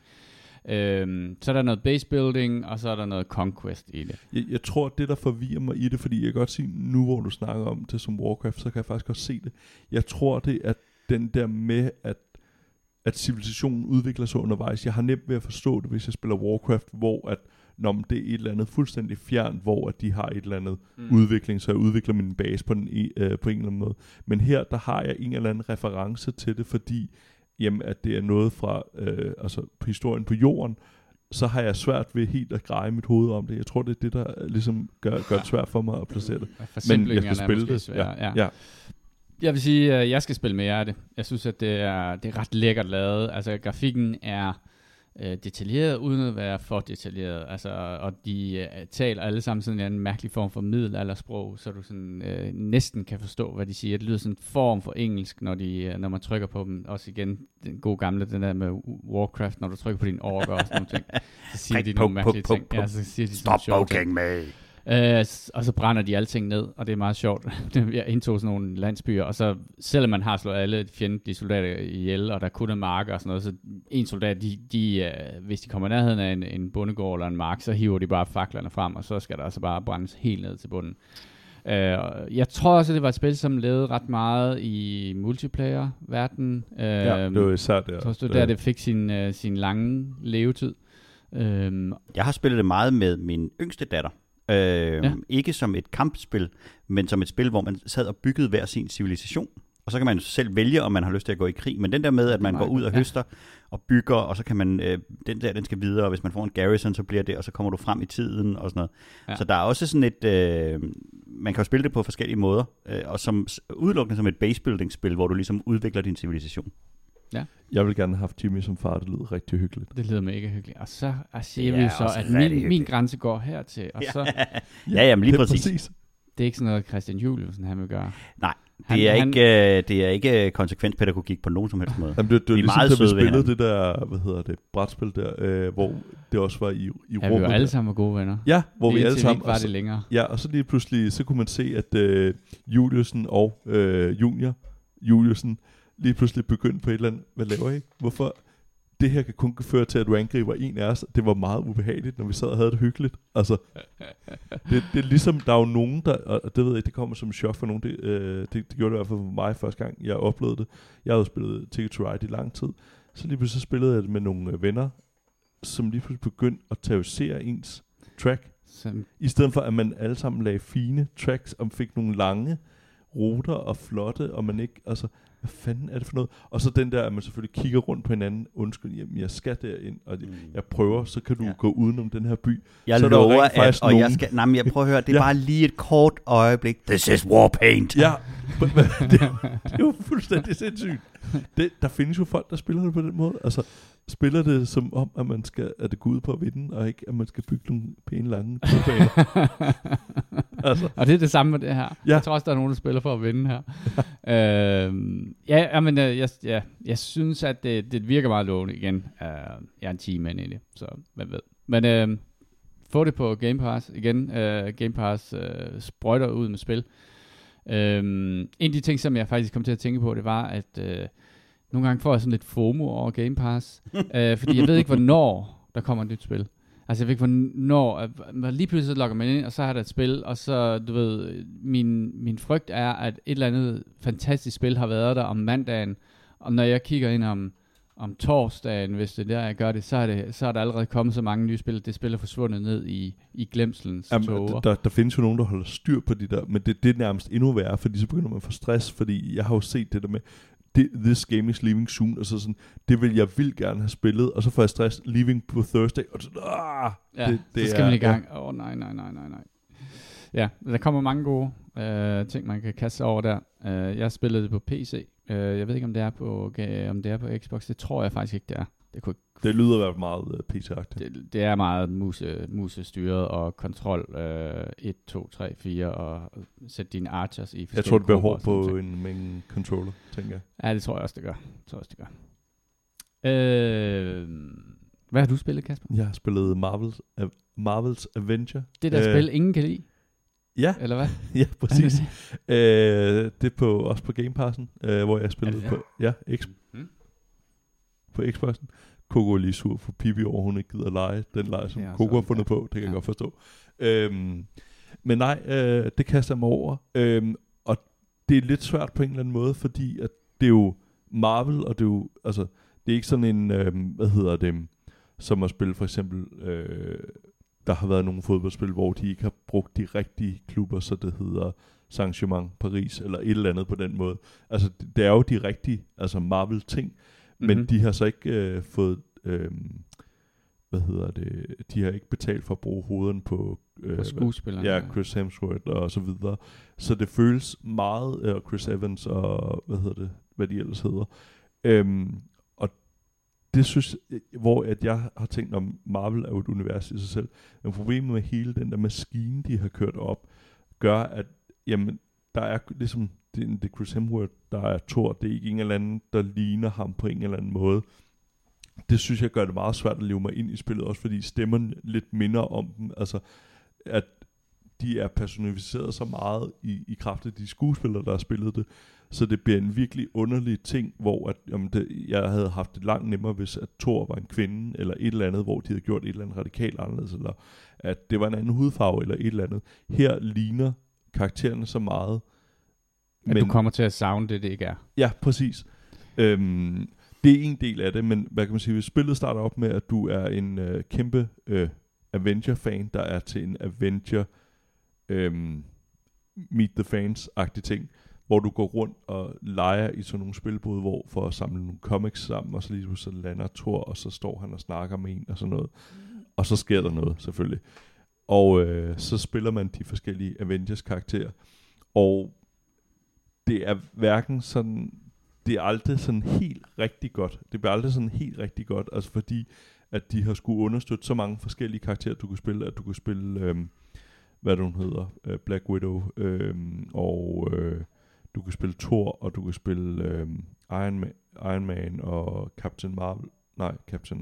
Øhm, så er der noget base building, og så er der noget conquest i det. Jeg, jeg tror, det der forvirrer mig i det, fordi jeg kan godt sige, nu hvor du snakker om det som Warcraft, så kan jeg faktisk godt se det. Jeg tror det, at den der med, at at civilisationen udvikler sig undervejs. Jeg har nemt ved at forstå det, hvis jeg spiller Warcraft, hvor at, når det er et eller andet fuldstændig fjernt, hvor at de har et eller andet mm. udvikling, så jeg udvikler min base på, den, øh, på en eller anden måde. Men her, der har jeg en eller anden reference til det, fordi jamen, at det er noget fra øh, altså på historien på jorden, så har jeg svært ved helt at greje mit hoved om det. Jeg tror, det er det, der ligesom gør, gør det svært for mig at placere det. Men jeg skal spille det. Svære, ja. Ja. Ja. Jeg vil sige, at jeg skal spille mere af det. Jeg synes, at det er, det er ret lækkert lavet. Altså, grafikken er øh, detaljeret, uden at være for detaljeret. Altså, og de øh, taler alle sammen sådan en mærkelig form for middelaldersprog, så du sådan, øh, næsten kan forstå, hvad de siger. Det lyder sådan en form for engelsk, når, de, når man trykker på dem. Også igen, den gode gamle, den der med Warcraft, når du trykker på din orker og sådan nogle ting. Så siger de nogle mærkelige ting. Ja, så siger de Stop poking me! Uh, og så brænder de alting ned, og det er meget sjovt. Jeg indtog sådan nogle landsbyer, og så selvom man har slået alle fjendtlige soldater ihjel, og der kun er marker og sådan noget, så en soldat, de, de, uh, hvis de kommer i nærheden af en, en bondegård eller en mark, så hiver de bare faklerne frem, og så skal der altså bare brændes helt ned til bunden. Uh, jeg tror også, at det var et spil, som lavede ret meget i multiplayer-verdenen. Uh, Ja, det var især der. Jeg tror, det var der, det fik sin, uh, sin lange levetid. Uh, Jeg har spillet det meget med min yngste datter. Øh, ja. Ikke som et kampspil, men som et spil, hvor man sad og byggede hver sin civilisation. Og så kan man selv vælge, om man har lyst til at gå i krig. Men den der med, at man går ud og høster og bygger, og så kan man, øh, den der, den skal videre, og hvis man får en garrison, så bliver det, og så kommer du frem i tiden og sådan noget. Ja. Så der er også sådan et, øh, man kan jo spille det på forskellige måder, øh, og som udelukkende som et base-building-spil, hvor du ligesom udvikler din civilisation. Ja. Jeg vil gerne have haft Jimmy som far, det lyder rigtig hyggeligt. Det lyder mega hyggeligt. Og så siger vi jo så, at min, min grænse går hertil. Og så, ja, jamen lige det præcis. præcis. Det er ikke sådan noget, Christian Juliusen han vil gøre. Nej, han, det, er han, ikke, øh, det er ikke konsekvenspædagogik på nogen som helst måde. Jamen, det, det er ligesom, da vi spillede det der, hvad hedder det, brætspil der, øh, hvor det også var i, i ja, rummet. vi var alle sammen var gode venner. Ja, hvor vi alle sammen var det længere. Ja, og så lige pludselig, så kunne man se, at øh, Juliusen og øh, Junior, Juliusen, lige pludselig begyndte på et eller andet, hvad laver I? Hvorfor? Det her kan kun føre til, at du angriber en af os. Det var meget ubehageligt, når vi sad og havde det hyggeligt. Altså, det, det er ligesom, der er jo nogen, der, og det ved jeg, det kommer som en chok for nogen, det, øh, det, det gjorde det i hvert fald for mig første gang, jeg oplevede det. Jeg havde spillet Ticket to Ride i lang tid, så lige pludselig spillede jeg det med nogle øh, venner, som lige pludselig begyndte at terrorisere ens track. Som I stedet for, at man alle sammen lagde fine tracks, og fik nogle lange ruter og flotte, og man ikke, altså, hvad fanden er det for noget? Og så den der, at man selvfølgelig kigger rundt på hinanden, undskyld, jamen jeg skal derind, og jeg prøver, så kan du ja. gå udenom den her by. Jeg så lover, at, og nogen... jeg skal, nej, men jeg prøver at høre, det er ja. bare lige et kort øjeblik. This is Warpaint. Ja, det, det er jo fuldstændig sindssygt. Det, der findes jo folk, der spiller det på den måde. Altså, spiller det som om, at man skal, at det går ud på at vinde, og ikke, at man skal bygge nogle pæne lange turbaner. Altså. Og det er det samme med det her. Ja. Jeg tror også, der er nogen, der spiller for at vinde her. øhm, ja, men øh, jeg, ja, jeg synes, at det, det virker meget lovende igen. Uh, jeg er en team-mand i det, så hvad ved. Men øh, få det på Game Pass igen. Uh, Game Pass uh, sprøjter ud med spil. Um, en af de ting, som jeg faktisk kom til at tænke på, det var, at uh, nogle gange får jeg sådan lidt FOMO over Game Pass. uh, fordi jeg ved ikke, hvornår der kommer et nyt spil. Altså jeg ved ikke, hvornår, lige pludselig logger man ind, og så har der et spil, og så, du ved, min, min frygt er, at et eller andet fantastisk spil har været der om mandagen, og når jeg kigger ind om, om torsdagen, hvis det er der, jeg gør det, så er, det, så er der allerede kommet så mange nye spil, det spil er forsvundet ned i, i glemselens Jamen, tåger. Der, der findes jo nogen, der holder styr på de der, men det, det er nærmest endnu værre, fordi så begynder man at få stress, fordi jeg har jo set det der med, this game is leaving soon, og så sådan, det vil jeg vil gerne have spillet, og så får jeg stress, leaving på Thursday, og så, ah, ja, det, det så skal er, man i gang. Åh, ja. oh, nej, nej, nej, nej, nej. Ja, der kommer mange gode øh, ting, man kan kaste over der. Uh, jeg spillede det på P C. Uh, jeg ved ikke, om det er på, okay, om det er på Xbox. Det tror jeg faktisk ikke, det er. Det, kunne ikke det lyder i hvert fald meget uh, P C-agtigt. Det, det er meget muse, musestyret og kontrol uh, et, to, tre, fire og sætte dine archers i. Jeg tror, det bliver hårdt på en, med en controller, tænker jeg. Ja, det tror jeg også, det gør. Det tror jeg også, det gør. Øh, Hvad har du spillet, Kasper? Jeg har spillet Marvel's, uh, Marvel's Avenger. Det der uh, spil, ingen kan lide? Ja. Eller hvad? Ja, præcis. øh, det er på, også på Game Passen, øh, hvor jeg spillede på, ja, X, mm. på Xboxen. Coco er lige sur for Pippi over, hun ikke gider lege den leg, som ja, Coco har fundet ja. på. Det kan ja. jeg godt forstå. Øhm, men nej, øh, det kaster jeg mig over. Øhm, og det er lidt svært på en eller anden måde, fordi at det er jo Marvel, og det er jo, altså, det er ikke sådan en, øh, hvad hedder det, som at spille for eksempel, øh, der har været nogle fodboldspil, hvor de ikke har brugt de rigtige klubber, så det hedder Saint-Germain, Paris, eller et eller andet på den måde. Altså, det, det er jo de rigtige, altså Marvel-ting, men mm-hmm. de har så ikke øh, fået, øh, hvad hedder det, de har ikke betalt for at bruge hovederne på, øh, på skuespillerne. Ja, Chris Hemsworth og så videre. Så det føles meget, øh, Chris Evans og, hvad hedder det, hvad de ellers hedder. Øhm, og det synes, hvor at jeg har tænkt, om Marvel er jo et univers i sig selv, men problemet med hele den der maskine, de har kørt op, gør, at jamen, der er ligesom, det, det er Chris Hemsworth, der er Thor, det er ikke en eller anden, der ligner ham på en eller anden måde. Det synes jeg gør det meget svært at leve mig ind i spillet, også fordi stemmerne lidt minder om dem, altså at de er personificeret så meget i, i kraft af de skuespillere, der har spillet det, så det bliver en virkelig underlig ting, hvor at, jamen det, jeg havde haft det langt nemmere, hvis at Thor var en kvinde, eller et eller andet, hvor de havde gjort et eller andet radikalt anderledes, eller at det var en anden hudfarve, eller et eller andet. Her ligner karaktererne så meget. Men, men du kommer til at savne det, det ikke er. Ja, præcis. Øhm, det er en del af det, men hvad kan man sige, hvis spillet starter op med, at du er en øh, kæmpe øh, Avenger-fan, der er til en Avenger øhm, Meet the Fans-agtig ting, hvor du går rundt og leger i sådan nogle spilbåde, hvor for at samle nogle comics sammen, og så lige så lander Thor, og så står han og snakker med en og sådan noget. Og så sker der noget, selvfølgelig. Og øh, så spiller man de forskellige Avengers-karakterer. Og det er hverken sådan, det er aldrig sådan helt rigtig godt. Det bliver aldrig sådan helt rigtig godt, altså fordi, at de har skulle understøtte så mange forskellige karakterer, du kunne spille, at du kunne spille, øh, hvad det hun hedder, øh, Black Widow, øh, og øh, du kunne spille Thor, og du kunne spille øh, Iron Man, Iron Man og Captain Marvel, nej, Captain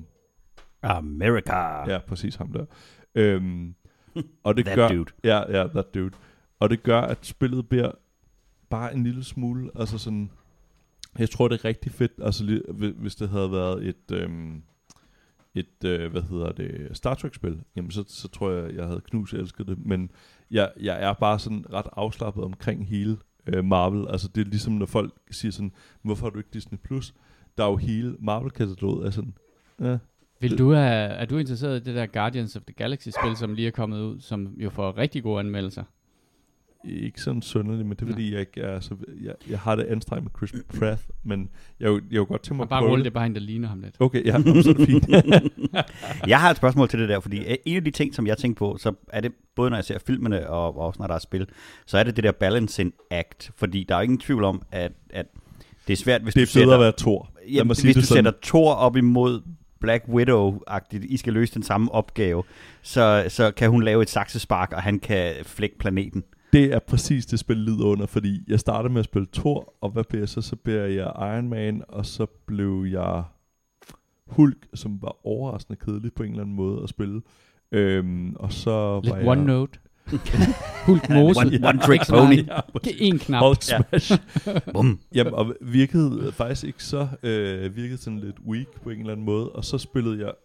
America. Ja, præcis ham der. Øhm, og det that gør, dude. Ja, ja, that dude. Og det gør, at spillet bliver bare en lille smule, altså sådan, jeg tror, det er rigtig fedt, altså hvis det havde været et, øhm, et, øh, hvad hedder det, Star Trek-spil, jamen så, så tror jeg, jeg havde knus elsket det, men jeg, jeg er bare sådan ret afslappet omkring hele øh, Marvel, altså det er ligesom, når folk siger sådan, hvorfor har du ikke Disney Plus? Der er jo hele Marvel-kataloget, er sådan, ja. Vil du have, er du interesseret i det der Guardians of the Galaxy-spil, som lige er kommet ud, som jo får rigtig gode anmeldelser? Ikke sådan sønderligt, men det er fordi, jeg ikke er så... Jeg, jeg har det anstrengt med Chris Pratt, men jeg, jeg, jeg jo godt til mig at bare rulle det, bare hende, der ligner ham lidt. Okay, ja, så er det fint. Jeg har et spørgsmål til det der, fordi en af de ting, som jeg tænker på, så er det, både når jeg ser filmene og også når der er spil, så er det det der balancing act, fordi der er ingen tvivl om, at, at det er svært, hvis det er du sætter... Det er bedre at være Thor. Jamen, hvis du sætter Thor op imod Black Widow-agtigt, I skal løse den samme opgave, så, så kan hun lave et saksespark, og han kan flække planeten. Det er præcis det spil lider under, fordi jeg startede med at spille Thor, og hvad blev jeg så? Så blev jeg Iron Man, og så blev jeg Hulk, som var overraskende kedelig på en eller anden måde at spille. Øhm, og så lidt var jeg... OneNote. Hulk Mose. One, one trick pony. En knap. Hulk smash. Bum. Jamen, og virkede faktisk ikke så, øh, virkede sådan lidt weak på en eller anden måde, og så spillede jeg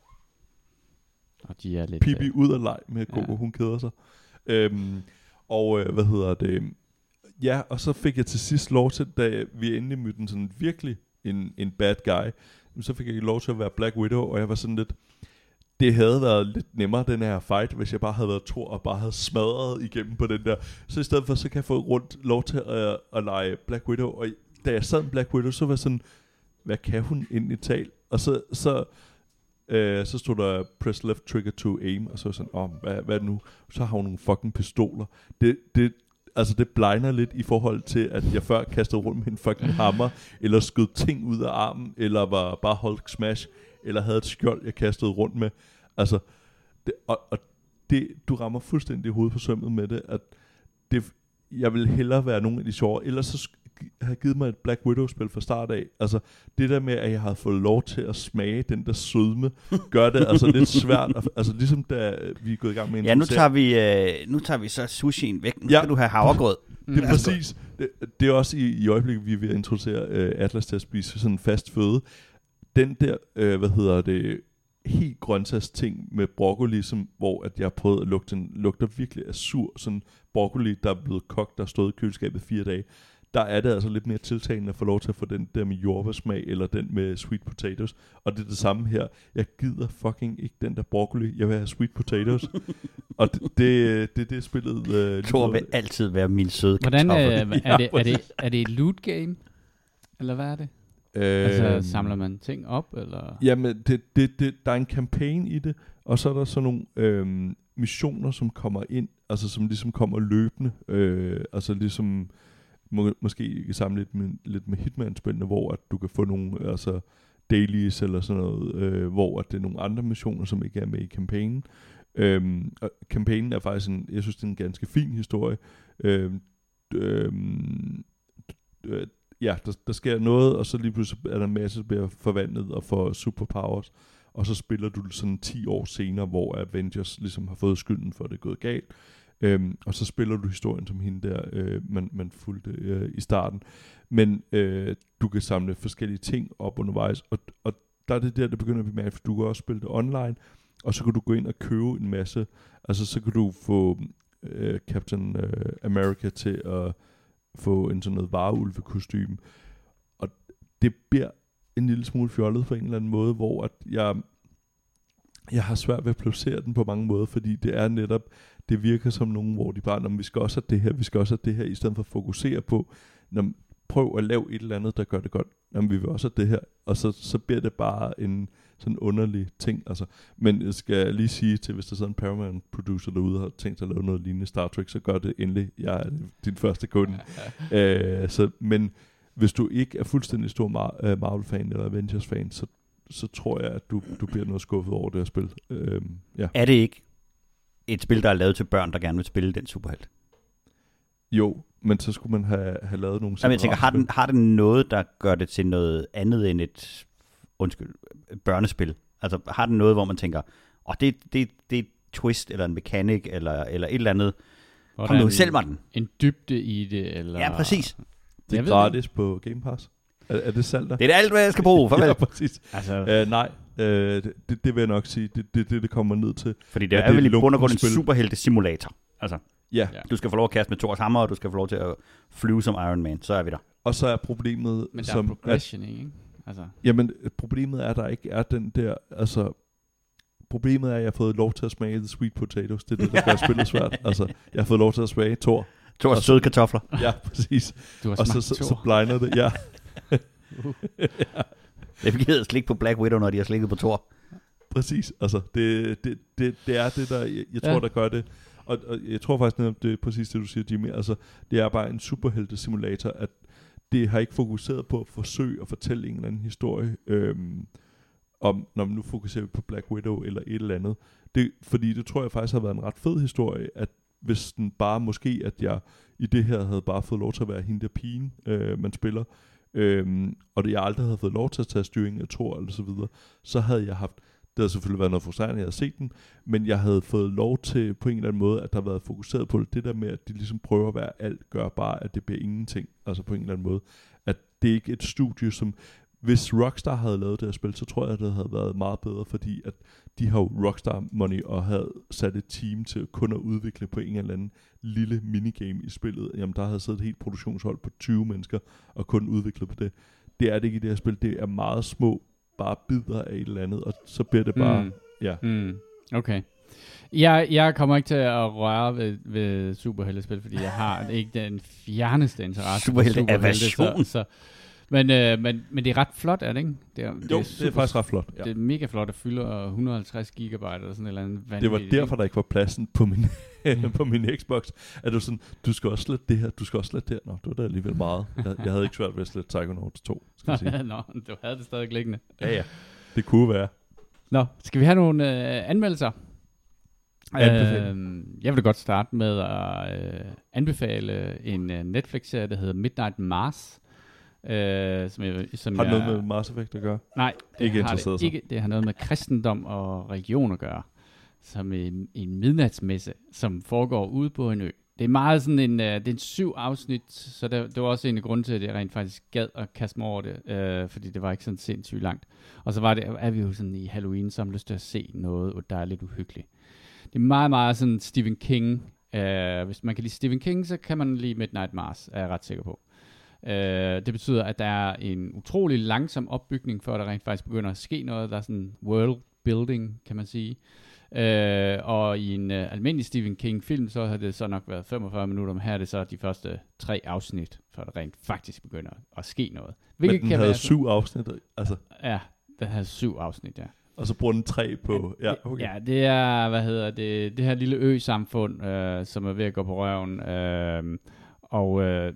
og de er lidt, Pippi øh... ud af leg med Coco, ja. Hun keder sig. Øhm, og øh, hvad hedder det? Ja, og så fik jeg til sidst lov til, da vi endelig mødte en sådan virkelig en, en bad guy, så fik jeg lov til at være Black Widow, og jeg var sådan lidt, det havde været lidt nemmere, den her fight, hvis jeg bare havde været Thor, og bare havde smadret igennem på den der. Så i stedet for, så kan jeg få rundt lov til at, at lege Black Widow, og da jeg sad med Black Widow, så var jeg sådan, hvad kan hun egentlig tale? Og så, så, øh, så stod der, press left trigger to aim, og så var sådan, åh, hvad, hvad er det nu? Så har hun nogle fucking pistoler. Det, det, altså det blinder lidt i forhold til, at jeg før kastede rundt med en fucking hammer, eller skød ting ud af armen, eller var bare Hulk smash, eller havde et skjold, jeg kastede rundt med. Altså, det, og, og det, du rammer fuldstændig hovedet på sømmet med det, at det, jeg vil hellere være nogle af de sjove, ellers så have givet mig et Black Widow-spil fra start af. Altså, det der med, at jeg havde fået lov til at smage den der sødme, gør det altså lidt svært. Altså, ligesom da vi er gået i gang med en Ja, nu tager vi, øh, nu tager vi så sushien væk. Nu ja. skal du have havregrød. Det er præcis. Det, det er også i, i øjeblikket, vi er ved at introducere øh, Atlas til at spise sådan en fast føde. Den der, øh, hvad hedder det, helt grøntsags ting med broccoli, som, hvor at jeg har prøvet at lugte, den lugter virkelig af sur, sådan broccoli, der er blevet kogt, der har stået i køleskabet fire dage. Der er det altså lidt mere tiltalende at få lov til at få den der med jordbærsmag, eller den med sweet potatoes. Og det er det samme her. Jeg gider fucking ikke den der broccoli. Jeg vil have sweet potatoes. Og det, det, det, det spillet... Øh, Thor vil altid være min søde Hvordan kartoffel. er, er, det, er, det, er det et loot game? Eller hvad er det? Øh, altså samler man ting op? Eller? Jamen, det, det, det, der er en campaign i det, og så er der sådan nogle øh, missioner, som kommer ind, altså som ligesom kommer løbende. Øh, altså ligesom... Må, måske samle lidt med, lidt med Hitman-spillene, hvor at du kan få nogle altså dailies eller sådan noget, øh, hvor at det er nogle andre missioner, som ikke er med i kampagnen. Øhm, og kampagnen er faktisk en, jeg synes, det er en ganske fin historie. Øhm, øhm, øh, ja, der, der sker noget, og så lige pludselig er der en masse, der bliver forvandlet og får superpowers, og så spiller du sådan ti år senere, hvor Avengers ligesom har fået skylden for, at det er gået galt. Øhm, og så spiller du historien som hende der, øh, man, man fulgte øh, i starten. Men øh, du kan samle forskellige ting op undervejs, og, og der er det der, der begynder at blive mærkeligt, for du kan også spille det online, og så kan du gå ind og købe en masse, altså så kan du få øh, Captain øh, America til at få en sådan noget vareulvekostyme, og det bliver en lille smule fjollet på en eller anden måde, hvor at jeg, jeg har svært ved at placere den på mange måder, fordi det er netop, det virker som nogen, hvor de bare, vi skal også have det her, vi skal også have det her, i stedet for at fokusere på, når prøv at lave et eller andet, der gør det godt, jamen vi vil også have det her, og så, så bliver det bare en sådan underlig ting, altså. Men jeg skal lige sige til, hvis der er en Paramount producer derude, og har tænkt sig at lave noget lignende Star Trek, så gør det endelig, jeg er din første kunde. uh, så, men hvis du ikke er fuldstændig stor Mar- Marvel-fan eller Avengers-fan, så, så tror jeg, at du, du bliver noget skuffet over det her spil. Uh, ja. Er det ikke et spil, der er lavet til børn, der gerne vil spille den superhelt? Jo, men så skulle man have, have lavet nogle... Jamen, jeg tænker, har, den, har det noget, der gør det til noget andet end et, undskyld, børnespil? Altså, har den noget, hvor man tænker, åh, oh, det, det, det er et twist, eller en mekanik, eller, eller et eller andet. Kom nu, sælg mig den. En dybde i det, eller... Ja, præcis. Det er gratis på Game Pass. Er, er det salg der? Det er alt, hvad jeg skal bruge, farvel. Ja, præcis. Altså... Uh, nej, uh, det, det vil jeg nok sige. Det er det, det, det kommer ned til. Fordi det er, er vel i bund og grund en superhelte-simulator. Altså, ja. Du skal få lov at kaste med Thors hammer, og du skal få lov til at flyve som Iron Man. Så er vi der. Og så er problemet... Men der som, er progression, at, ikke? Altså. Jamen, problemet er, at der ikke er den der... Altså, problemet er, at jeg har fået lov til at smage the sweet potatoes. Det er det, der gør spillet svært. Altså, jeg har fået lov til at smage Thor. Thors søde kartofler. Ja, præcis. Du har og så, så, så blinder det, ja. uh. ja. Jeg gider slik på Black Widow, når de har slikket på Thor. Præcis, altså, det, det, det, det er det, der, jeg, jeg tror, ja. der gør det. Og, og jeg tror faktisk netop, det er præcis det, du siger, Jimmy. Altså, det er bare en superhelte-simulator, at det har ikke fokuseret på at forsøge at fortælle en eller anden historie, øhm, om, når man nu fokuserer på Black Widow eller et eller andet. Det, fordi det tror jeg faktisk har været en ret fed historie, at hvis den bare måske, at jeg i det her havde bare fået lov til at være hende der pigen, øh, man spiller, øhm, og det jeg aldrig havde fået lov til at tage styring af Thor eller så videre, så havde jeg haft, det havde selvfølgelig været noget frustrerende, jeg havde set den, men jeg havde fået lov til på en eller anden måde, at der har været fokuseret på det, det der med, at de ligesom prøver at være alt, gør bare, at det bliver ingenting, altså på en eller anden måde, at det ikke er et studie, som, hvis Rockstar havde lavet det her spil, så tror jeg, at det havde været meget bedre, fordi at de har jo Rockstar money og havde sat et team til kun at udvikle på en eller anden lille minigame i spillet. Jamen, der havde siddet et helt produktionshold på tyve mennesker og kun udviklet på det. Det er det ikke i det her spil. Det er meget små, bare bidder af et eller andet, og så bliver det bare... Mm. Ja. Mm. Okay. Jeg, jeg kommer ikke til at røre ved, ved superheltespil, fordi jeg har ikke den fjerneste interesse. Superhelte-aversion. Så, så Men, øh, men, men det er ret flot, er det ikke? Det er, jo, det er, super, det er faktisk ret flot. Ja. Det er mega flot, at fylder et hundrede og halvtreds gigabyte eller sådan et eller andet vanvittigt. Det var derfor, der ikke var pladsen på min, på min Xbox. At du sådan, du skal også slette det her, du skal også slette det her. Nå, det var da alligevel meget. Jeg, jeg havde ikke svært ved at slette Psychonauts to, skal jeg sige. Nå, du havde det stadig liggende. Ja, ja. Det kunne være. Nå, skal vi have nogle øh, anmeldelser? Øh, jeg vil godt starte med at øh, anbefale en uh, Netflix-serie, der hedder Midnight Mars. Øh, som jeg, som har det jeg, noget med Mass Effect at gøre? Nej, det ikke har det ikke. Det har noget med kristendom og religion at gøre. Som en, en midnatsmesse, som foregår ude på en ø. Det er meget sådan en, uh, det er en syv afsnit, så det, det var også en af grunden til, at jeg rent faktisk gad at kaste mig over det, øh, fordi det var ikke sådan sindssygt langt. Og så var det, er vi jo sådan i Halloween, så har lyst til at se noget, der er lidt uhyggeligt. Det er meget, meget sådan Stephen King. Uh, hvis man kan lide Stephen King, så kan man lide Midnight Mars, er jeg ret sikker på. Uh, det betyder, at der er en utrolig langsom opbygning, før der rent faktisk begynder at ske noget. Der er sådan world building, kan man sige. Uh, og i en uh, almindelig Stephen King film, så har det så nok været femogfyrre minutter, men her er det så de første tre afsnit, før der rent faktisk begynder at ske noget. Hvilket men den kan havde være syv afsnit, altså? Ja, den havde syv afsnit, ja. Og så bruger den tre på... Ja, okay. Ja, det er, hvad hedder det, det her lille ø-samfund, øh, som er ved at gå på røven, øh, og øh,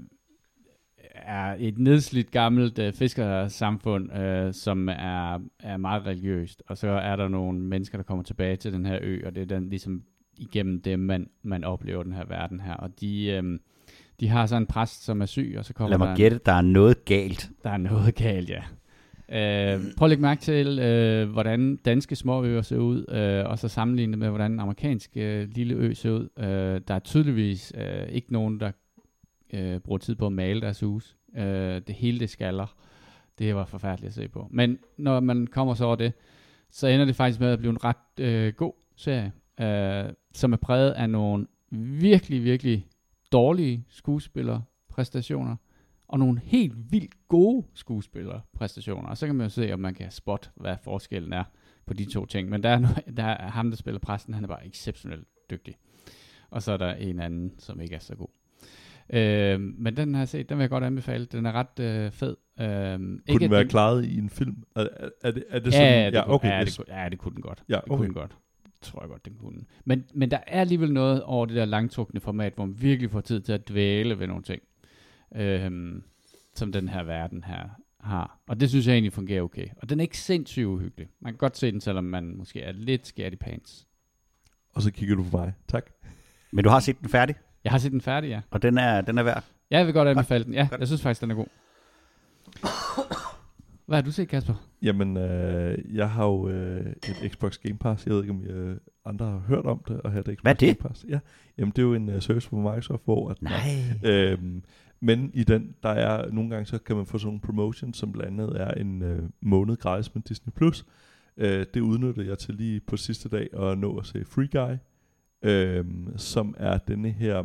er et nedslidt gammelt øh, fiskersamfund, øh, som er, er meget religiøst. Og så er der nogle mennesker, der kommer tilbage til den her ø, og det er den, ligesom igennem dem, man, man oplever den her verden her. Og de, øh, de har så en præst, som er syg, og så kommer Lad mig der gætte, der er noget galt. Der er noget galt, ja. Uh, prøv at lægge mærke til, uh, hvordan danske småøer ser ud, uh, og så sammenlignet med, hvordan en amerikansk uh, lille ø ser ud. Uh, der er tydeligvis uh, ikke nogen, der uh, bruger tid på at male deres hus. Uh, det hele det skaller. Det var forfærdeligt at se på. Men når man kommer så over det, så ender det faktisk med at blive en ret uh, god serie, uh, som er præget af nogle virkelig, virkelig dårlige skuespillerpræstationer, og nogle helt vildt gode skuespillerpræstationer. Og så kan man jo se, om man kan spotte, hvad forskellen er på de to ting. Men der er, noget, der er ham, der spiller præsten, han er bare exceptionelt dygtig. Og så er der en anden, som ikke er så god. Øh, men den har jeg set, den vil jeg godt anbefale. Den er ret øh, fed. Øh, kunne ikke den være den klaret i en film? Er, er, er, det, er det sådan? Ja, det, ja, kunne, okay, ja, yes. det, ja, det kunne den godt. Ja, det okay. kunne den godt. Tror jeg godt, den kunne. Men, men der er alligevel noget over det der langtrukne format, hvor man virkelig får tid til at dvæle ved nogle ting. Øhm, som den her verden her har. Og det synes jeg egentlig fungerer okay. Og den er ikke sindssygt uhyggelig. Man kan godt se den, selvom man måske er lidt scared i pants. Og så kigger du på mig. Tak. Men du har set den færdig? Jeg har set den færdig, ja. Og den er, den er værd? Ja, jeg vil godt anbefale den. Ja, jeg synes faktisk, den er god. Hvad har du set, Kasper? Jamen, øh, jeg har jo øh, et Xbox Game Pass. Jeg ved ikke, om I øh, andre har hørt om det. Og have et Xbox Hvad er det? Game Pass. Ja. Jamen, det er jo en uh, service på Microsoft, hvor... At, Nej. Øh, men i den, der er nogle gange, så kan man få sådan nogle promotions, som blandt andet er en øh, måned gratis med Disney Plus. Øh, det udnyttede jeg til lige på sidste dag at nå at se Free Guy, øh, som er denne her...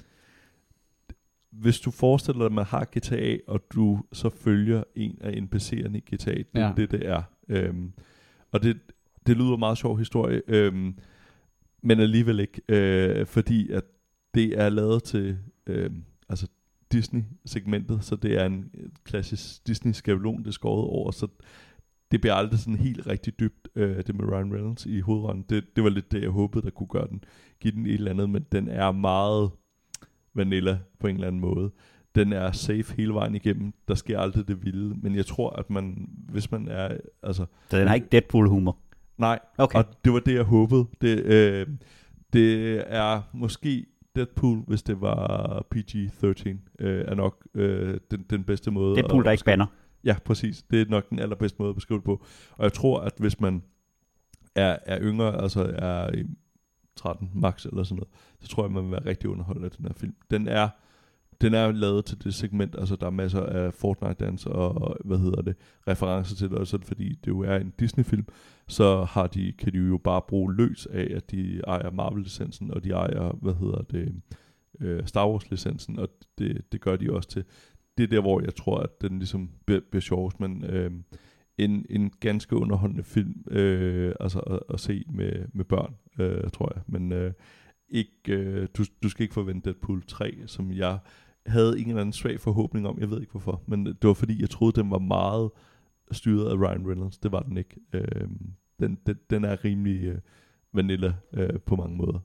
Hvis du forestiller dig, at man har G T A, og du så følger en af N P C'erne i G T A, det er ja. det, det er. Øhm, og det, det lyder meget sjov historie, øhm, men alligevel ikke, øh, fordi at det er lavet til øh, altså Disney-segmentet, så det er en klassisk Disney-skabelon, det er skåret over, så det bliver aldrig sådan helt rigtig dybt, øh, det med Ryan Reynolds i hovedrollen. Det, det var lidt det, jeg håbede, der kunne gøre den, give den et eller andet, men den er meget... vanilla på en eller anden måde. Den er safe hele vejen igennem. Der sker aldrig det vilde. Men jeg tror, at man, hvis man er... altså, så den har ikke Deadpool-humor? Nej, okay. Og det var det, jeg håbede. Det, øh, det er måske Deadpool, hvis det var P G tretten, øh, er nok øh, den, den bedste måde. Deadpool, der ikke banner? Ja, præcis. Det er nok den allerbedste måde at beskrive det på. Og jeg tror, at hvis man er, er yngre, altså er... tretten max eller sådan noget, så tror jeg, man vil være rigtig underholdt af den her film. Den er, den er lavet til det segment, altså der er masser af Fortnite-dans og, hvad hedder det, referencer til det, og sådan, fordi det jo er en Disney-film, så har de, kan de jo bare bruge løs af, at de ejer Marvel-licensen, og de ejer, hvad hedder det, øh, Star Wars-licensen, og det, det gør de også til. Det er der, hvor jeg tror, at den ligesom bliver, bliver sjovest, men øh, en, en ganske underholdende film, øh, altså at, at se med, med børn, øh, tror jeg. Men øh, ikke, øh, du, du skal ikke forvente Deadpool tre, som jeg havde en eller anden svag forhåbning om. Jeg ved ikke hvorfor, men det var fordi, jeg troede, den var meget styret af Ryan Reynolds. Det var den ikke. Øh, den, den, den er rimelig øh, vanilla øh, på mange måder.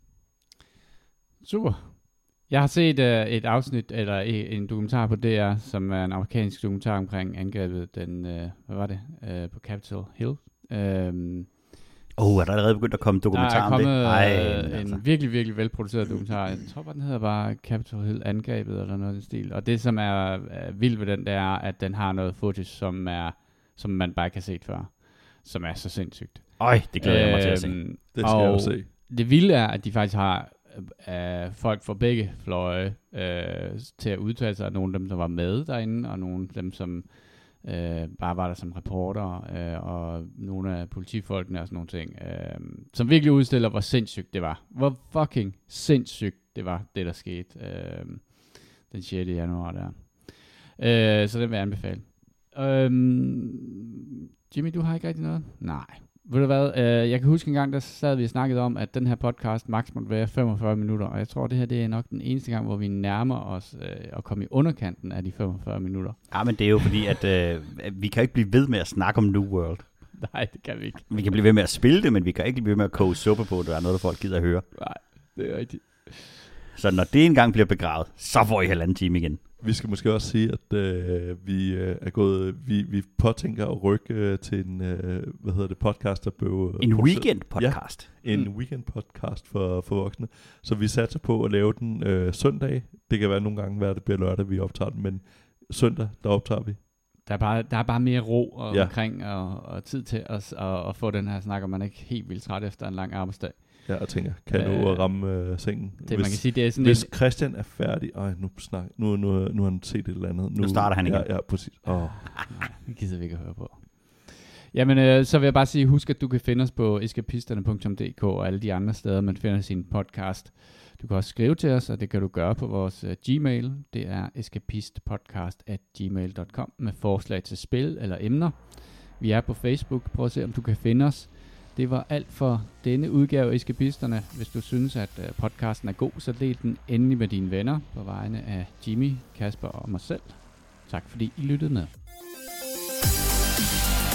Super. Jeg har set uh, et afsnit, eller en dokumentar på D R, som er en amerikansk dokumentar omkring angrebet, den, uh, hvad var det, uh, på Capitol Hill. Um, Åh, oh, er der allerede begyndt at komme dokumentar om det? Der er kommet Ej, en altså. virkelig, virkelig velproduceret dokumentar. Jeg tror bare, den hedder bare Capitol Hill Angrebet, eller noget i den stil. Og det, som er, er vildt ved den, det er, at den har noget footage, som, er, som man bare ikke har set før. Som er så sindssygt. Øj, det glæder jeg mig til at se. Det skal jeg jo se. Det vilde er, at de faktisk har uh, folk fra begge fløje uh, til at udtale sig. Nogle af dem, der var med derinde, og nogle af dem, som uh, bare var der som reporter, uh, og nogle af politifolkene og sådan nogle ting. Uh, som virkelig udstiller, hvor sindssygt det var. Hvor fucking sindssygt det var, det der skete uh, den sjette januar der. Uh, så det vil jeg anbefale. Uh, Jimmy, du har ikke rigtig noget? Nej. Ved du hvad, øh, jeg kan huske en gang, der sad vi og snakkede om, at den her podcast max måtte være femogfyrre minutter, og jeg tror, det her det er nok den eneste gang, hvor vi nærmer os øh, at komme i underkanten af de femogfyrre minutter. Ja, men det er jo fordi, at øh, vi kan ikke blive ved med at snakke om New World. Nej, det kan vi ikke. Vi kan blive ved med at spille det, men vi kan ikke blive ved med at koge suppe på, at der er noget, der folk gider at høre. Nej, det er rigtigt. Så når det engang bliver begravet, så får I halvanden time igen. Vi skal måske også sige, at øh, vi øh, er gået, vi, vi påtænker at rykke øh, til en, øh, hvad hedder det, podcast, der blev... Øh, en weekend podcast. Ja, en mm. weekend podcast for, for voksne. Så vi satser på at lave den øh, søndag. Det kan være nogle gange, hvad det bliver lørdag, vi optager den, men søndag, der optager vi. Der er bare, der er bare mere ro og, ja. omkring og, og tid til os at, at få den her snak, og man er ikke helt vildt træt efter en lang arbejdsdag. Ja, og tænker, kan jeg nu øh, ramme øh, sengen? Det, hvis, man kan sige, det er sådan hvis en, Christian er færdig, øj, nu, snak, nu, nu, nu har han set et eller andet. Nu, nu starter han igen. Ja, ja præcis. Oh. Nej, det gider vi ikke at høre på. Jamen, øh, så vil jeg bare sige, husk, at du kan finde os på eskapisterne punktum d k og alle de andre steder, man finder sin podcast. Du kan også skrive til os, og det kan du gøre på vores uh, Gmail. Det er escapistpodcast at gmail punktum com med forslag til spil eller emner. Vi er på Facebook. Prøv at se, om du kan finde os. Det var alt for denne udgave af Eskapisterne. Hvis du synes, at uh, podcasten er god, så del den endelig med dine venner på vegne af Jimmy, Kasper og mig selv. Tak fordi I lyttede med.